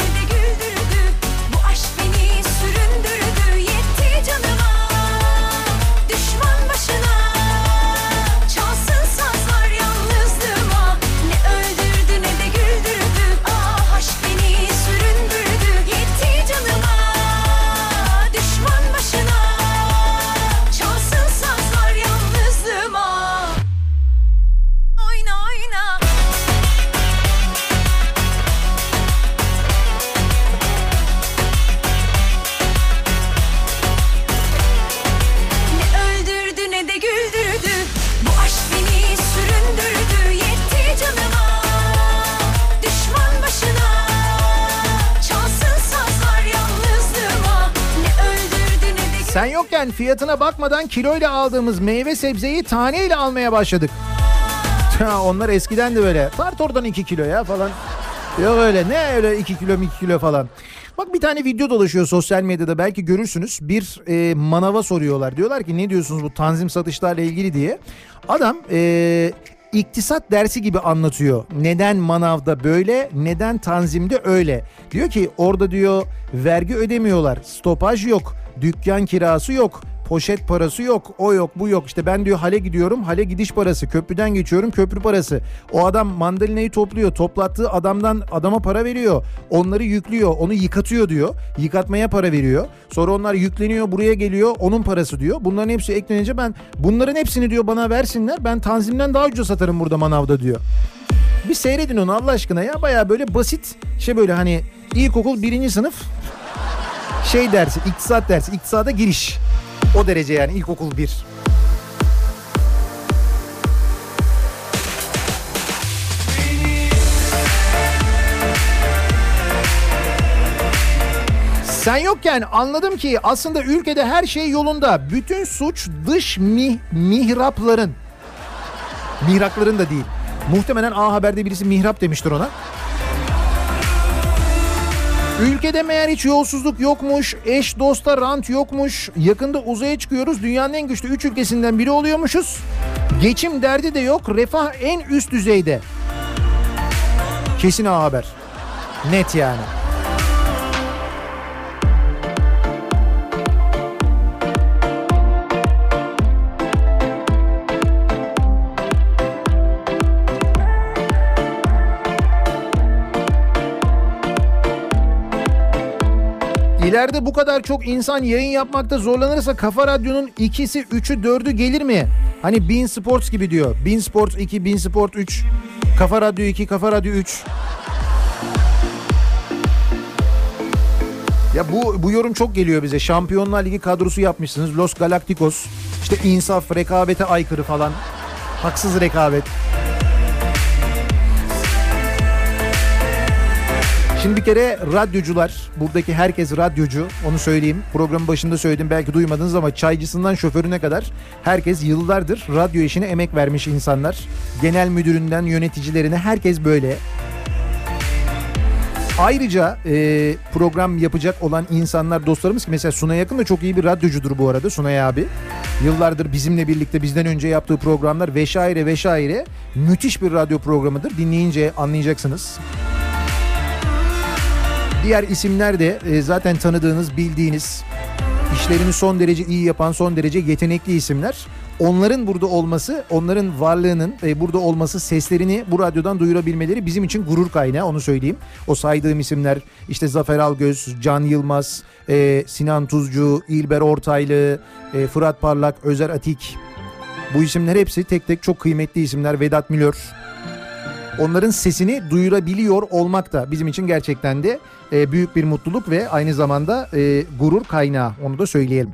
Sen yokken fiyatına bakmadan kiloyla aldığımız meyve sebzeyi taneyle almaya başladık. Onlar eskiden de böyle. Tart oradan 2 kilo ya falan. Yok öyle, ne öyle 2 kilo 2 kilo falan. Bak bir tane video dolaşıyor sosyal medyada, belki görürsünüz. Bir manava soruyorlar. Diyorlar ki ne diyorsunuz bu tanzim satışlarla ilgili diye. Adam iktisat dersi gibi anlatıyor. Neden manavda böyle, neden tanzimde öyle. Diyor ki orada diyor vergi ödemiyorlar, stopaj yok, dükkan kirası yok, poşet parası yok, o yok, bu yok. İşte ben diyor hale gidiyorum, hale gidiş parası, köprüden geçiyorum, köprü parası. O adam mandalinayı topluyor, toplattığı adama para veriyor. Onları yüklüyor, onu yıkatıyor diyor. Yıkatmaya para veriyor. Sonra onlar yükleniyor, buraya geliyor, onun parası diyor. Bunların hepsi eklenince bunların hepsini diyor bana versinler. Ben tanzimden daha ucuz satarım burada manavda diyor. Bir seyredin onu Allah aşkına ya, baya böyle basit böyle hani ilkokul 1. sınıf dersi, iktisat dersi, iktisada giriş. O derece yani, ilkokul 1. Sen yokken anladım ki aslında ülkede her şey yolunda. Bütün suç dış mihrapların. Mihrakların da değil. Muhtemelen A Haber'de birisi mihrap demiştir ona. Ülkede meğer hiç yolsuzluk yokmuş, eş dosta rant yokmuş, yakında uzaya çıkıyoruz, dünyanın en güçlü 3 ülkesinden biri oluyormuşuz. Geçim derdi de yok, refah en üst düzeyde. Kesin A Haber. Net yani. İleride bu kadar çok insan yayın yapmakta zorlanırsa Kafa Radyo'nun 2'si, 3'ü, 4'ü gelir mi? Hani Bein Sports gibi diyor. Bein Sports 2, Bein Sport 3, Kafa Radyo 2, Kafa Radyo 3. Ya bu yorum çok geliyor bize. Şampiyonlar Ligi kadrosu yapmışsınız. Los Galacticos. İşte insaf, rekabete aykırı falan. Haksız rekabet. Şimdi bir kere radyocular, buradaki herkes radyocu, onu söyleyeyim. Programın başında söyledim, belki duymadınız ama çaycısından şoförüne kadar herkes yıllardır radyo işine emek vermiş insanlar. Genel müdüründen yöneticilerine herkes böyle. Ayrıca program yapacak olan insanlar, dostlarımız ki mesela Sunay Akın da çok iyi bir radyocudur bu arada, Sunay abi. Yıllardır bizimle birlikte, bizden önce yaptığı programlar vesaire müthiş bir radyo programıdır. Dinleyince anlayacaksınız. Diğer isimler de zaten tanıdığınız, bildiğiniz, işlerini son derece iyi yapan, son derece yetenekli isimler. Onların burada olması, onların varlığının burada olması, seslerini bu radyodan duyurabilmeleri bizim için gurur kaynağı, onu söyleyeyim. O saydığım isimler işte Zafer Algöz, Can Yılmaz, Sinan Tuzcu, İlber Ortaylı, Fırat Parlak, Özer Atik. Bu isimler hepsi tek tek çok kıymetli isimler. Vedat Milor. Onların sesini duyurabiliyor olmak da bizim için gerçekten de büyük bir mutluluk ve aynı zamanda gurur kaynağı, onu da söyleyelim.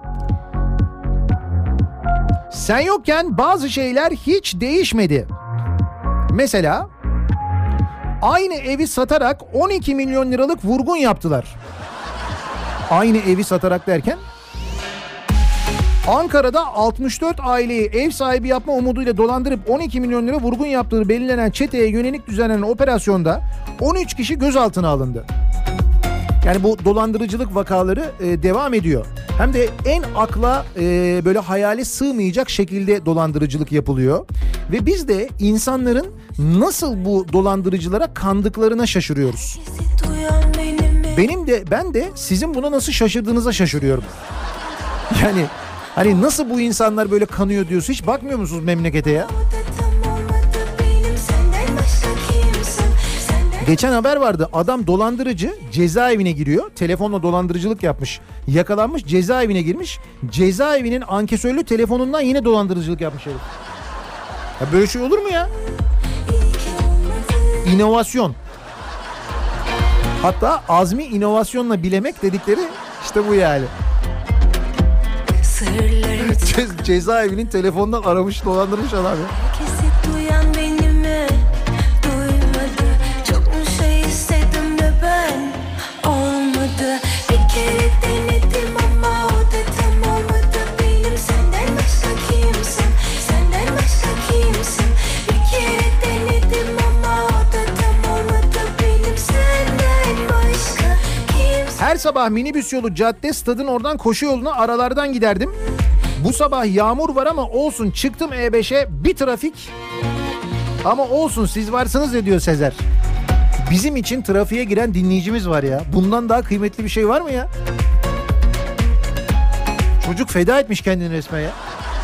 Sen yokken bazı şeyler hiç değişmedi. Mesela aynı evi satarak 12 milyon liralık vurgun yaptılar. Aynı evi satarak derken? Ankara'da 64 aileyi ev sahibi yapma umuduyla dolandırıp 12 milyon lira vurgun yaptığı belirlenen çeteye yönelik düzenlenen operasyonda 13 kişi gözaltına alındı. Yani bu dolandırıcılık vakaları devam ediyor. Hem de en akla böyle hayale sığmayacak şekilde dolandırıcılık yapılıyor. Ve biz de insanların nasıl bu dolandırıcılara kandıklarına şaşırıyoruz. Ben de sizin buna nasıl şaşırdığınıza şaşırıyorum. Yani hani nasıl bu insanlar böyle kanıyor diyorsun, hiç bakmıyor musunuz memlekete ya? Geçen haber vardı, adam dolandırıcı cezaevine giriyor, telefonla dolandırıcılık yapmış, yakalanmış, cezaevine girmiş, cezaevinin ankesörlü telefonundan yine dolandırıcılık yapmış herif. Ya böyle şey olur mu ya? İnovasyon. Hatta azmi inovasyonla bilemek dedikleri işte bu yani. Cezaevinin telefondan aramış, dolandırmış adam ya. Her sabah minibüs yolu cadde stadın oradan koşu yoluna aralardan giderdim. Bu sabah yağmur var ama olsun, çıktım E5'e, bir trafik. Ama olsun, siz varsınız ya diyor Sezer. Bizim için trafiğe giren dinleyicimiz var ya. Bundan daha kıymetli bir şey var mı ya? Çocuk feda etmiş kendini resmen ya.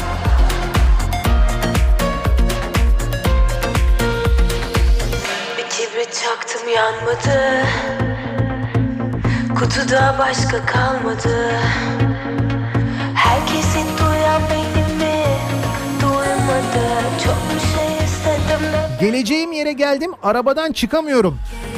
Bir kibrit çaktım, yanmadı. Kutuda başka kalmadı. Herkesin duyan benim mi? Duymadı. Çok bir şey istedim. Geleceğim yere geldim, arabadan çıkamıyorum.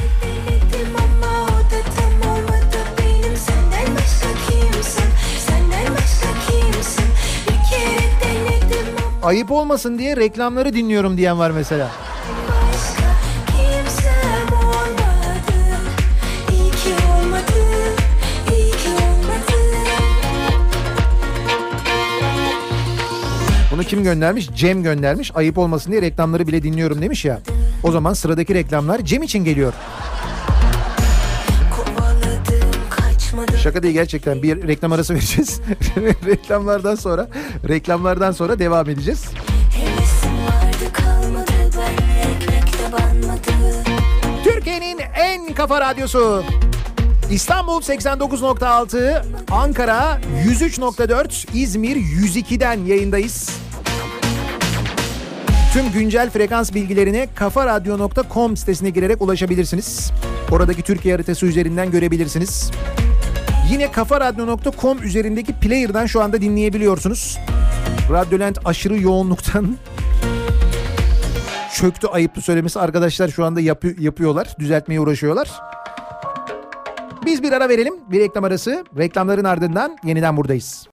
Ayıp olmasın diye reklamları dinliyorum diyen var mesela. Bunu kim göndermiş? Cem göndermiş. Ayıp olmasın diye reklamları bile dinliyorum demiş ya. O zaman sıradaki reklamlar Cem için geliyor. Şaka değil, gerçekten bir reklam arası vereceğiz. reklamlardan sonra devam edeceğiz. Türkiye'nin en kafa radyosu. İstanbul 89.6, Ankara 103.4, İzmir 102'den yayındayız. Tüm güncel frekans bilgilerine kafaradyo.com sitesine girerek ulaşabilirsiniz. Oradaki Türkiye haritası üzerinden görebilirsiniz. Yine kafaradyo.com üzerindeki player'dan şu anda dinleyebiliyorsunuz. Radyolent aşırı yoğunluktan çöktü, ayıplı söylemesi. Arkadaşlar şu anda yapıyorlar, düzeltmeye uğraşıyorlar. Biz bir ara verelim, bir reklam arası. Reklamların ardından yeniden buradayız.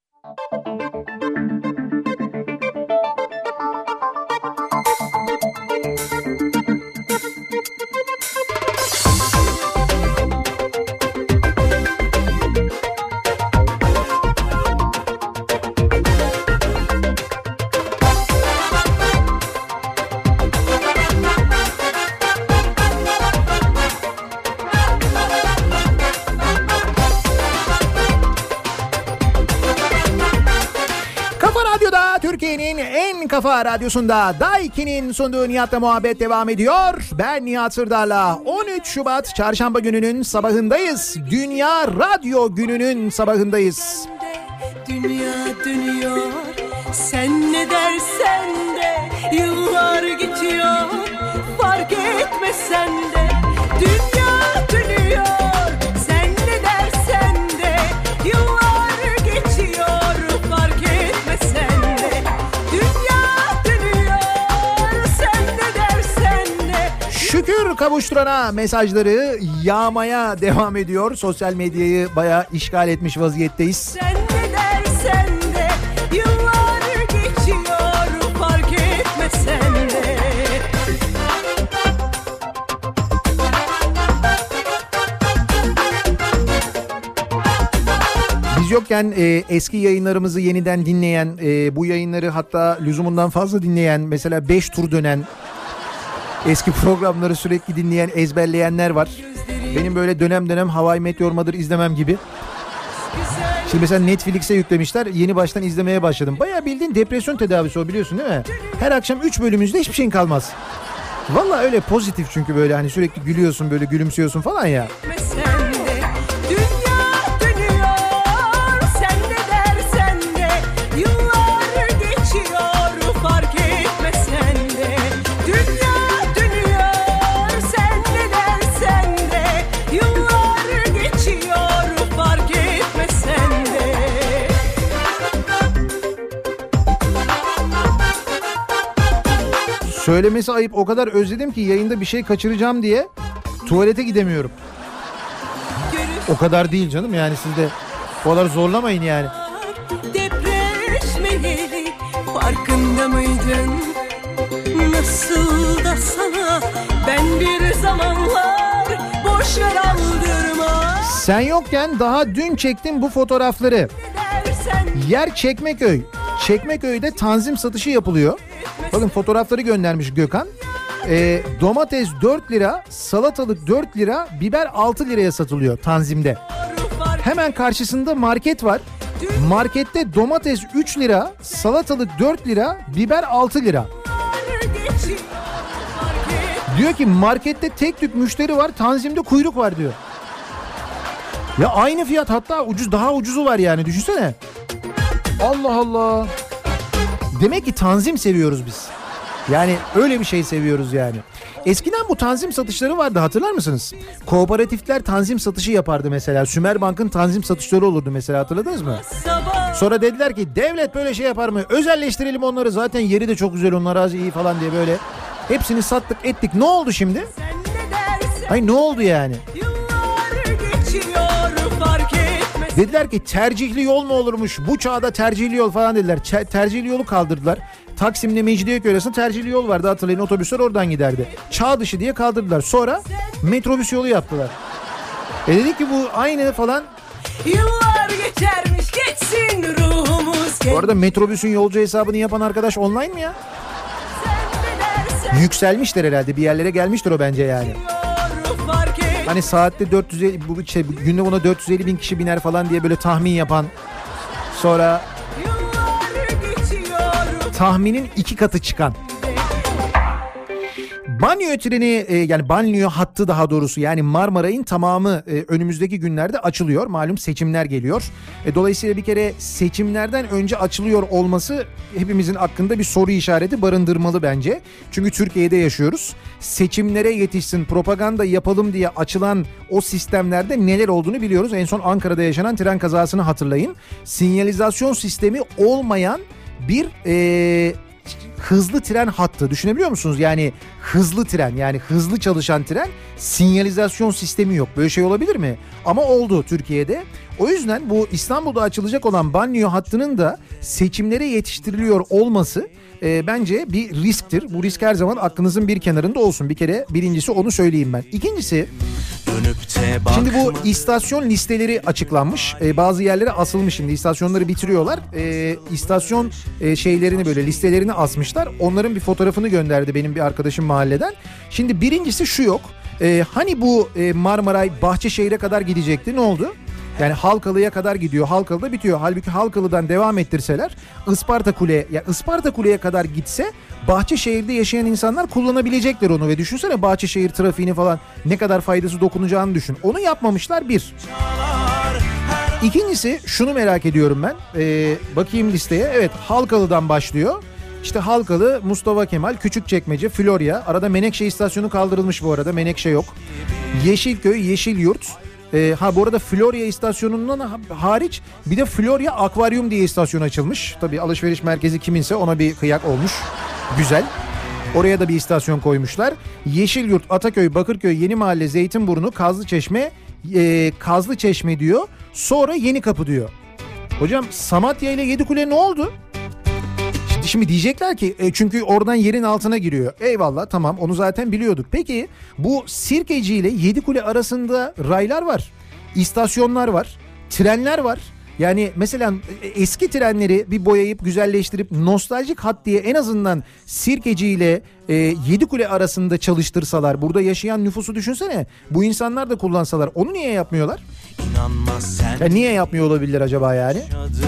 Kafa Radyosu'nda Daiki'nin sunduğu Nihat'la muhabbet devam ediyor. Ben Nihat Sırdar'la 13 Şubat Çarşamba gününün sabahındayız. Dünya Radyo gününün sabahındayız. Dünya dönüyor, sen ne dersen de, yıllar geçiyor, fark etmesen de. Dünya dönüyor, sen ne dersen de, yıllar geçiyor, fark etmesen de. Dünya dönüyor, sen ne dersen de. Şükür kavuşturana mesajları yağmaya devam ediyor. Sosyal medyayı bayağı işgal etmiş vaziyetteyiz. Sen ne dersen de, yıllar geçiyor, fark etmesen de. Biz yokken eski yayınlarımızı yeniden dinleyen, bu yayınları hatta lüzumundan fazla dinleyen, mesela 5 tur dönen, eski programları sürekli dinleyen, ezberleyenler var. Benim böyle dönem dönem How I Met Your Mother izlemem gibi. Şimdi mesela Netflix'e yüklemişler, yeni baştan izlemeye başladım. Bayağı bildiğin depresyon tedavisi o, biliyorsun değil mi? Her akşam 3 bölümümüzde hiçbir şeyin kalmaz. Valla öyle pozitif, çünkü böyle hani sürekli gülüyorsun, böyle gülümsüyorsun falan ya. Dünya dönüyor, sen ne dersen de, yıllar geçiyor, fark etmesen de. Dünya dönüyor, sen ne dersen de, yıllar geçiyor, fark etmesen de. Söylemesi ayıp, o kadar özledim ki yayında bir şey kaçıracağım diye tuvalete gidemiyorum. O kadar değil canım, yani siz de o kadar zorlamayın yani. Depreşmeyeli farkında mıydın? Nasıl da sana ben bir zamanlar boş ver aldırma. Sen yokken daha dün çektim bu fotoğrafları. Dersen Yer Çekmeköy. Çekmeköy'de tanzim satışı yapılıyor. Bakın fotoğrafları göndermiş Gökhan. Domates 4 lira, salatalık 4 lira, biber 6 liraya satılıyor tanzimde. Hemen karşısında market var. Markette domates 3 lira, salatalık 4 lira, biber 6 lira. Diyor ki markette tek tük müşteri var, tanzimde kuyruk var diyor. Ya aynı fiyat, hatta ucuz, daha ucuzu var yani, düşünsene. Allah Allah. Demek ki tanzim seviyoruz biz. Yani öyle bir şey seviyoruz yani. Eskiden bu tanzim satışları vardı, hatırlar mısınız? Kooperatifler tanzim satışı yapardı mesela. Sümerbank'ın tanzim satışları olurdu mesela, hatırladınız mı? Sonra dediler ki devlet böyle şey yapar mı? Özelleştirelim onları, zaten yeri de çok güzel, onlar az iyi falan diye böyle. Hepsini sattık ettik. Ne oldu şimdi? Hayır, ne oldu yani? Dediler ki tercihli yol mu olurmuş? Bu çağda tercihli yol falan dediler. Tercihli yolu kaldırdılar. Taksim'le Mecidiyeköy arasında tercihli yol vardı, hatırlayın, otobüsler oradan giderdi. Çağ dışı diye kaldırdılar. Sonra metrobüs yolu yaptılar. Dedik ki bu aynı falan. Yıllar geçermiş geçsin ruhumuz. Bu arada metrobüsün yolcu hesabını yapan arkadaş online mi ya? Yükselmişler herhalde, bir yerlere gelmiştir o bence yani. Hani saatte 450, günde buna 450 bin kişi biner falan diye böyle tahmin yapan, sonra tahminin 2 katı çıkan. Banliyö treni, yani banliyö hattı daha doğrusu, yani Marmaray'ın tamamı önümüzdeki günlerde açılıyor. Malum seçimler geliyor. Dolayısıyla bir kere seçimlerden önce açılıyor olması hepimizin hakkında bir soru işareti barındırmalı bence. Çünkü Türkiye'de yaşıyoruz. Seçimlere yetişsin, propaganda yapalım diye açılan o sistemlerde neler olduğunu biliyoruz. En son Ankara'da yaşanan tren kazasını hatırlayın. Sinyalizasyon sistemi olmayan bir hızlı tren hattı, düşünebiliyor musunuz? Yani hızlı tren, yani hızlı çalışan tren, sinyalizasyon sistemi yok. Böyle şey olabilir mi? Ama oldu Türkiye'de. O yüzden bu İstanbul'da açılacak olan banliyö hattının da seçimlere yetiştiriliyor olması bence bir risktir. Bu risk her zaman aklınızın bir kenarında olsun. Bir kere birincisi onu söyleyeyim ben. İkincisi, şimdi bu istasyon listeleri açıklanmış. Bazı yerlere asılmış, şimdi istasyonları bitiriyorlar. İstasyon şeylerini, böyle listelerini asmışlar. Onların bir fotoğrafını gönderdi benim bir arkadaşım mahalleden. Şimdi birincisi şu yok. Hani bu Marmaray Bahçeşehir'e kadar gidecekti, ne oldu? Yani Halkalı'ya kadar gidiyor. Halkalı'da bitiyor. Halbuki Halkalı'dan devam ettirseler Isparta Kule, ya Isparta Kule'ye kadar gitse Bahçeşehir'de yaşayan insanlar kullanabilecekler onu ve düşünsene Bahçeşehir trafiğini falan ne kadar faydası dokunacağını düşün. Onu yapmamışlar bir. İkincisi şunu merak ediyorum ben. Bakayım listeye. Evet, Halkalı'dan başlıyor. İşte Halkalı, Mustafa Kemal, Küçükçekmece, Florya. Arada Menekşe istasyonu kaldırılmış bu arada. Menekşe yok. Yeşilköy, Yeşilyurt. Bu arada Florya istasyonundan hariç bir de Florya Akvaryum diye istasyon açılmış. Tabii alışveriş merkezi kiminse ona bir kıyak olmuş. Güzel. Oraya da bir istasyon koymuşlar. Yeşilyurt, Ataköy, Bakırköy, Yenimahalle, Zeytinburnu, Kazlıçeşme diyor. Sonra Yenikapı diyor. Hocam Samatya ile Yedikule ne oldu? Şimdi diyecekler ki çünkü oradan yerin altına giriyor. Eyvallah, tamam, onu zaten biliyorduk. Peki bu Sirkeci ile Yedikule arasında raylar var, istasyonlar var, trenler var. Yani mesela eski trenleri bir boyayıp güzelleştirip nostaljik hat diye en azından Sirkeci ile Yedikule arasında çalıştırsalar, burada yaşayan nüfusu düşünsene, bu insanlar da kullansalar, onu niye yapmıyorlar? Ya niye yapmıyor olabilirler acaba yani?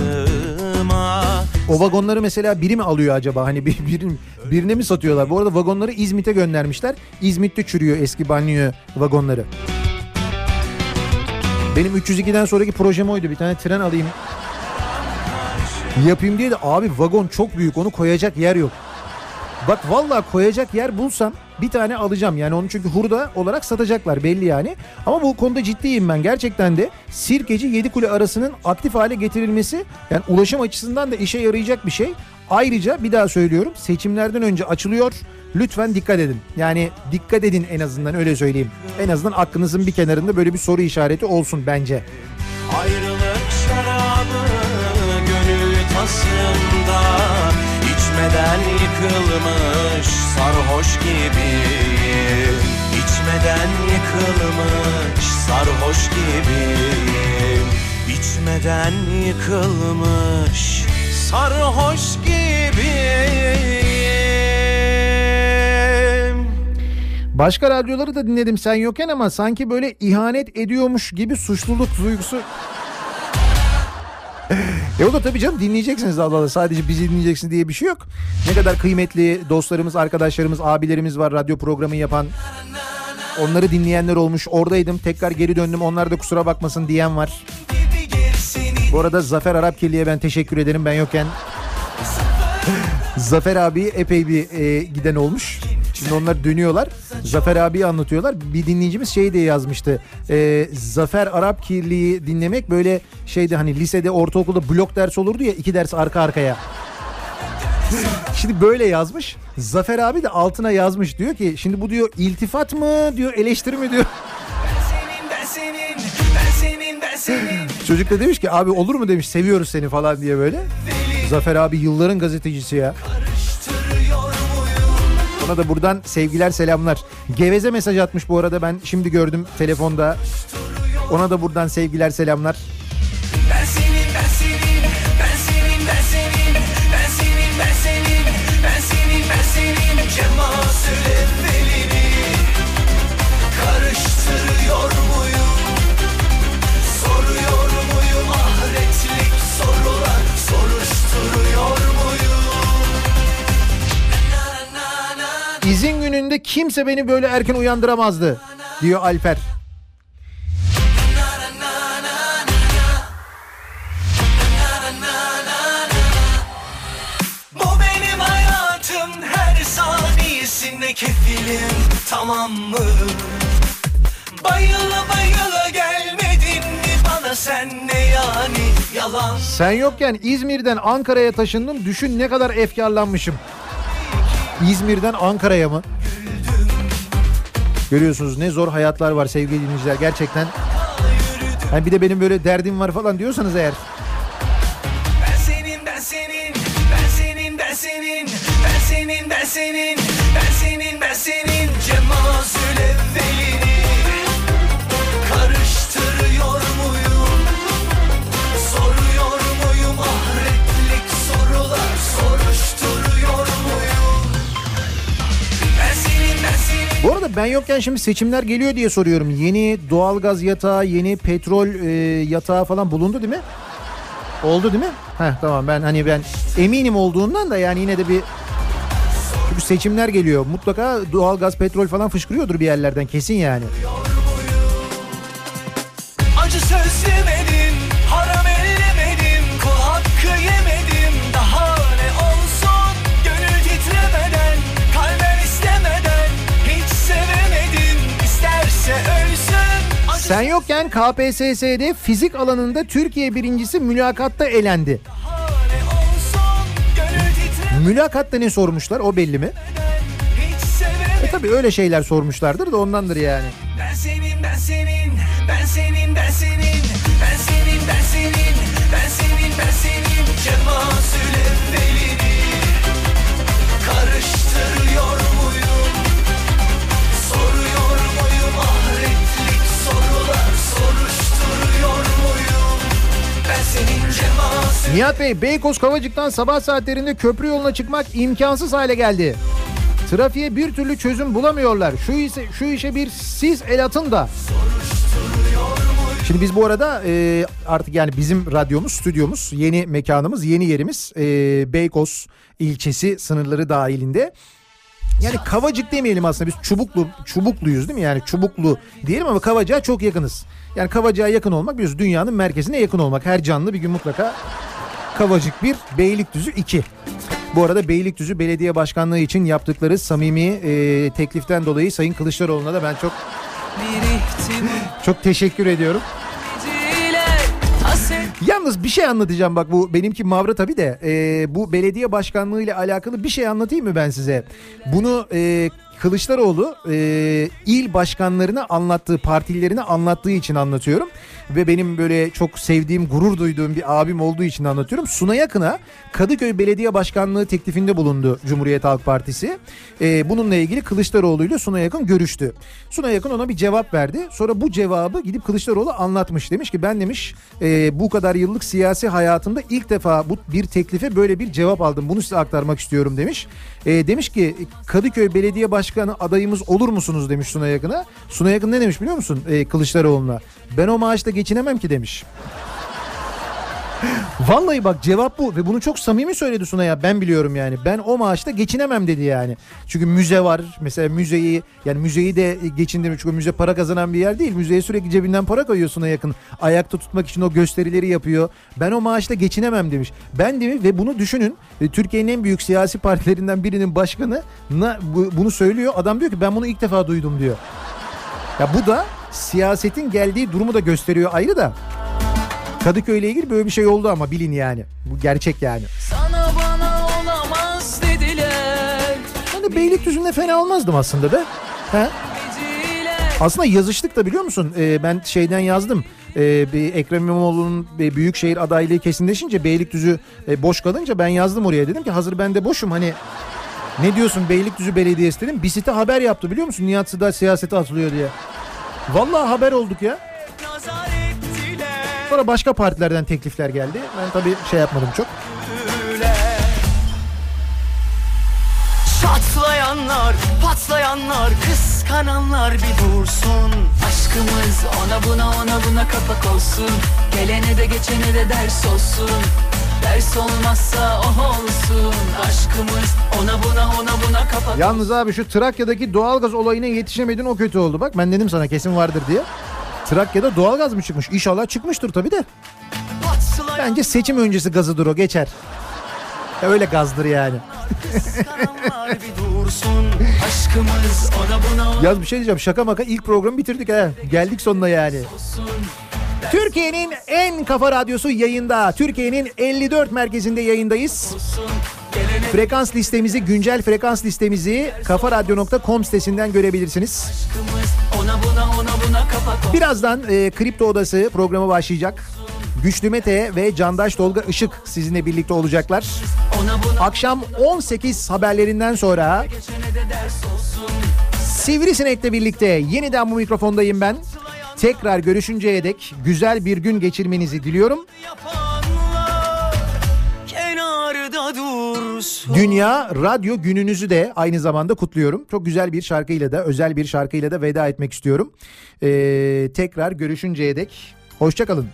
O vagonları mesela biri mi alıyor acaba? Hani birine mi satıyorlar? Bu arada vagonları İzmit'e göndermişler. İzmit'te çürüyor eski banyo vagonları. Benim 302'den sonraki projem oydu. Bir tane tren alayım, yapayım diye de abi vagon çok büyük. Onu koyacak yer yok. Bak vallahi koyacak yer bulsam bir tane alacağım. Yani onu çünkü hurda olarak satacaklar belli yani. Ama bu konuda ciddiyim ben. Gerçekten de Sirkeci Yedikule arasının aktif hale getirilmesi yani ulaşım açısından da işe yarayacak bir şey. Ayrıca bir daha söylüyorum, seçimlerden önce açılıyor. Lütfen dikkat edin. Yani dikkat edin, en azından öyle söyleyeyim. En azından aklınızın bir kenarında böyle bir soru işareti olsun bence. Ayrılık şarabı gönül tasında, İçmeden yıkılmış sarhoş gibiyim. İçmeden yıkılmış sarhoş gibiyim. İçmeden yıkılmış sarhoş gibiyim. Başka radyoları da dinledim sen yokken ama sanki böyle ihanet ediyormuş gibi suçluluk duygusu. O da tabii canım, dinleyeceksiniz Allah Allah, sadece bizi dinleyeceksiniz diye bir şey yok. Ne kadar kıymetli dostlarımız, arkadaşlarımız, abilerimiz var radyo programı yapan. Onları dinleyenler olmuş. Oradaydım, tekrar geri döndüm, onlar da kusura bakmasın diyen var. Bu arada Zafer Arapkirli'ye ben teşekkür ederim, ben yokken. Zafer abi epey bir giden olmuş. Şimdi onlar dönüyorlar. Zafer abiyi anlatıyorlar. Bir dinleyicimiz şey diye yazmıştı. Zafer Arapkirli'yi dinlemek böyle şeydi, hani lisede, ortaokulda blok ders olurdu ya, 2 ders arka arkaya. Şimdi böyle yazmış. Zafer abi de altına yazmış, diyor ki şimdi bu diyor iltifat mı diyor, eleştiri mi diyor. Çocuk da demiş ki abi olur mu demiş, seviyoruz seni falan diye böyle. Zafer abi yılların gazetecisi ya. Ona da buradan sevgiler, selamlar. Geveze mesaj atmış bu arada, ben şimdi gördüm telefonda. Ona da buradan sevgiler, selamlar. Ben senin, ben senin, ben senin, ben senin, ben senin, ben senin, ben senin, ben senin Cemal evvelini karıştırıyor muyum? Soruyor muyum ahiretlik sorular, soruşturuyor muyum? İzin gününde kimse beni böyle erken uyandıramazdı diyor Alper. Bu benim hayatım, her saniyesinde kefilim, tamam mı? Bayıla bayıla gelmedin mi bana sen, ne yani yalan? Sen yokken İzmir'den Ankara'ya taşındım, düşün ne kadar efkarlanmışım. İzmir'den Ankara'ya mı? Görüyorsunuz ne zor hayatlar var sevgili dinleyiciler gerçekten. Yani bir de benim böyle derdim var falan diyorsanız eğer. Ben senin, ben senin, ben senin, ben senin, ben senin, ben senin, ben senin, ben senin Cemal evvelini karıştırıyor muyum? Soruyor muyum ahiretlik sorular, soruşturuyor muyum? Ben senin, ben senin. Bu arada ben yokken şimdi seçimler geliyor diye soruyorum. Yeni doğalgaz yatağı, yeni petrol yatağı falan bulundu değil mi? Oldu değil mi? Heh, tamam, ben eminim olduğundan da yani yine de bir... Çünkü seçimler geliyor. Mutlaka doğalgaz, petrol falan fışkırıyordur bir yerlerden, kesin yani. Acı söz yemedim, haram ellemedim, kul hakkı yemedim. Daha ne olsun, gönül titremeden, kalben istemeden, hiç sevemedim, isterse ölsün. Sen yokken KPSS'de fizik alanında Türkiye birincisi mülakatta elendi. Mülakatta ne sormuşlar, o belli mi? Tabii öyle şeyler sormuşlardır da ondandır yani. Ben senin, ben senin, ben senin, ben senin, ben senin, ben senin, ben senin, ben senin, Cemazül evvelini karıştırıyor muyum? Soruyor muyum ahretlik sorular, soruşturuyor muyum? Ben senin Cemazül... Nihat Bey, Beykoz Kavacık'tan sabah saatlerinde köprü yoluna çıkmak imkansız hale geldi. Trafiğe bir türlü çözüm bulamıyorlar. Şu işe bir siz el atın da. Şimdi biz bu arada artık yani bizim radyomuz, stüdyomuz, yeni mekanımız, yeni yerimiz Beykoz ilçesi sınırları dahilinde. Yani Kavacık demeyelim aslında, biz Çubukluyuz değil mi? Yani Çubuklu diyelim ama Kavacık'a çok yakınız. Yani Kavacık'a yakın olmak biliyorsunuz, dünyanın merkezine yakın olmak. Her canlı bir gün mutlaka Kavacık 1, Beylikdüzü 2. Bu arada Beylikdüzü Belediye Başkanlığı için yaptıkları samimi tekliften dolayı Sayın Kılıçdaroğlu'na da ben çok teşekkür ediyorum. Yalnız bir şey anlatacağım, bak bu benimki mavra tabii de bu belediye başkanlığı ile alakalı bir şey anlatayım mı ben size? Bunu Kılıçdaroğlu il başkanlarına anlattığı, partilerine anlattığı için anlatıyorum. Ve benim böyle çok sevdiğim, gurur duyduğum bir abim olduğu için anlatıyorum. Suna Yakın'a Kadıköy Belediye Başkanlığı teklifinde bulundu Cumhuriyet Halk Partisi. Bununla ilgili Kılıçdaroğlu ile Suna Yakın görüştü. Suna Yakın ona bir cevap verdi. Sonra bu cevabı gidip Kılıçdaroğlu anlatmış. Demiş ki ben demiş bu kadar yıllık siyasi hayatımda ilk defa bu bir teklife böyle bir cevap aldım. Bunu size aktarmak istiyorum demiş. Demiş ki Kadıköy Belediye Başkanı adayımız olur musunuz demiş Suna Yakın'a. Suna Yakın ne demiş biliyor musun Kılıçdaroğlu'na? Ben o maaşla geçinemem ki demiş. Vallahi bak cevap bu ve bunu çok samimi söyledi Suna ya, ben biliyorum yani. Ben o maaşla geçinemem dedi yani. Çünkü müze var mesela, müzeyi de geçindirmiş. Çünkü müze para kazanan bir yer değil. Müzeye sürekli cebinden para koyuyor Suna Yakın. Ayakta tutmak için o gösterileri yapıyor. Ben o maaşla geçinemem demiş. Ben demiş ve bunu düşünün. Türkiye'nin en büyük siyasi partilerinden birinin başkanı bunu söylüyor. Adam diyor ki ben bunu ilk defa duydum diyor. Ya bu da siyasetin geldiği durumu da gösteriyor ayrı da. Kadıköy ile ilgili böyle bir şey oldu ama bilin yani. Bu gerçek yani. Sana bana olamaz dediler. Ben de Beylikdüzü'nde fena olmazdım aslında be. He? Aslında yazıştık da biliyor musun? Ben şeyden yazdım. Bir Ekrem İmamoğlu'nun büyükşehir adaylığı kesinleşince Beylikdüzü boş kalınca ben yazdım oraya. Dedim ki hazır ben de boşum, hani ne diyorsun Beylikdüzü Belediyesi dedim. Bir site haber yaptı biliyor musun? Nihat Sırdar siyasete atılıyor diye. Vallahi haber olduk ya. Sonra başka partilerden teklifler geldi. Ben tabii şey yapmadım çok. Çatlayanlar, patlayanlar, kıskananlar bir dursun. Aşkımız ona buna kapak olsun. Gelene de geçene de ders olsun. Ders olmazsa oh olsun. Aşkımız ona buna kapak. Yalnız abi şu Trakya'daki doğalgaz olayına yetişemedin, o kötü oldu. Bak ben dedim sana kesin vardır diye. Trakya'da doğalgaz mı çıkmış? İnşallah çıkmıştır tabii de. Bence seçim öncesi gazıdır o, geçer. Ya öyle gazdır yani. Yaz bir şey diyeceğim, şaka maka ilk programı bitirdik ha. Geldik sonuna yani. Türkiye'nin en kafa radyosu yayında. Türkiye'nin 54 merkezinde yayındayız. Frekans listemizi, güncel frekans listemizi kafaradyo.com sitesinden görebilirsiniz. Birazdan Kripto Odası programı başlayacak. Güçlü Mete ve Candaş Tolga Işık sizinle birlikte olacaklar. Akşam 18 haberlerinden sonra Sivrisinek'le birlikte yeniden bu mikrofondayım ben. Tekrar görüşünceye dek güzel bir gün geçirmenizi diliyorum. Kenarda dur. dursun. Dünya Radyo Gününüzü de aynı zamanda kutluyorum. Çok güzel bir şarkıyla da, özel bir şarkıyla da veda etmek istiyorum. Tekrar görüşünceye dek hoşça kalın.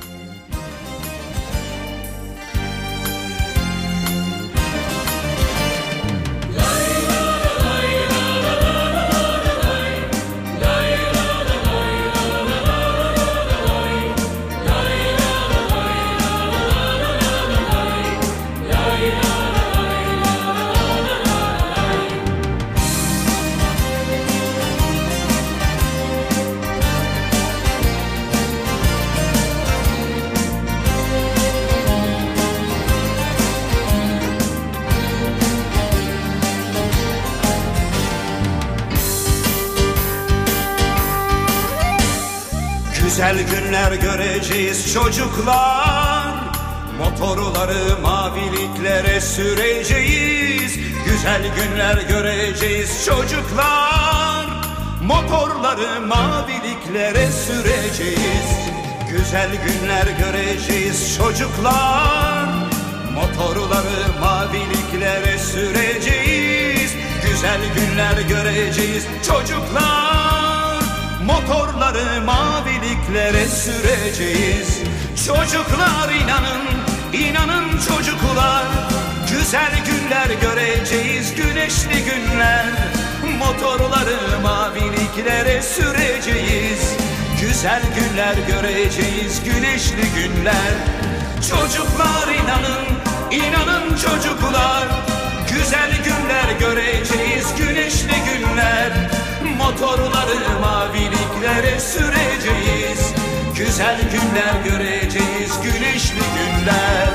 Güzel günler göreceğiz çocuklar, motorları maviliklere süreceğiz. Güzel günler göreceğiz çocuklar, motorları maviliklere süreceğiz. Güzel günler göreceğiz çocuklar, motorları maviliklere süreceğiz. Güzel günler göreceğiz çocuklar, motorları maviliklere süreceğiz. Çocuklar inanın, inanın çocuklar, güzel günler göreceğiz, güneşli günler. Motorları maviliklere süreceğiz. Güzel günler göreceğiz, güneşli günler. Çocuklar inanın, inanın çocuklar, güzel günler göreceğiz, güneşli günler. Motorları maviliklere süreceğiz. Güzel günler göreceğiz, güneşli günler.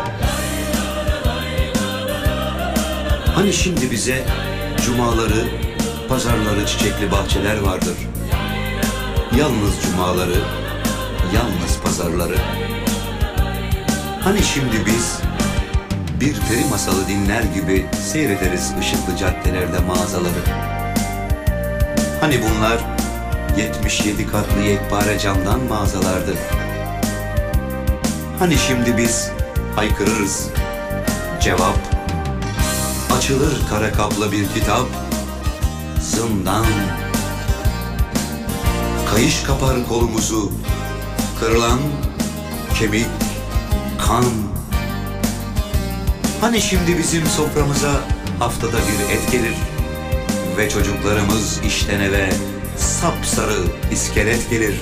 Hani şimdi bize cumaları, pazarları, çiçekli bahçeler vardır. Yalnız cumaları, yalnız pazarları. Hani şimdi biz bir peri masalı dinler gibi seyrederiz ışıklı caddelerde mağazaları. Hani bunlar 77 katlı yekpare camdan mağazalardı. Hani şimdi biz haykırırız, cevap, açılır kara kaplı bir kitap, zindan. Kayış kapar kolumuzu, kırılan kemik, kan. Hani şimdi bizim soframıza haftada bir et gelir ve çocuklarımız işten eve sapsarı iskelet gelir.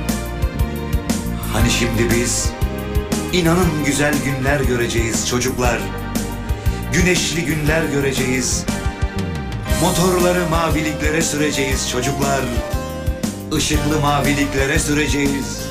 Hani şimdi biz inanın güzel günler göreceğiz çocuklar, güneşli günler göreceğiz. Motorları maviliklere süreceğiz çocuklar, ışıklı maviliklere süreceğiz.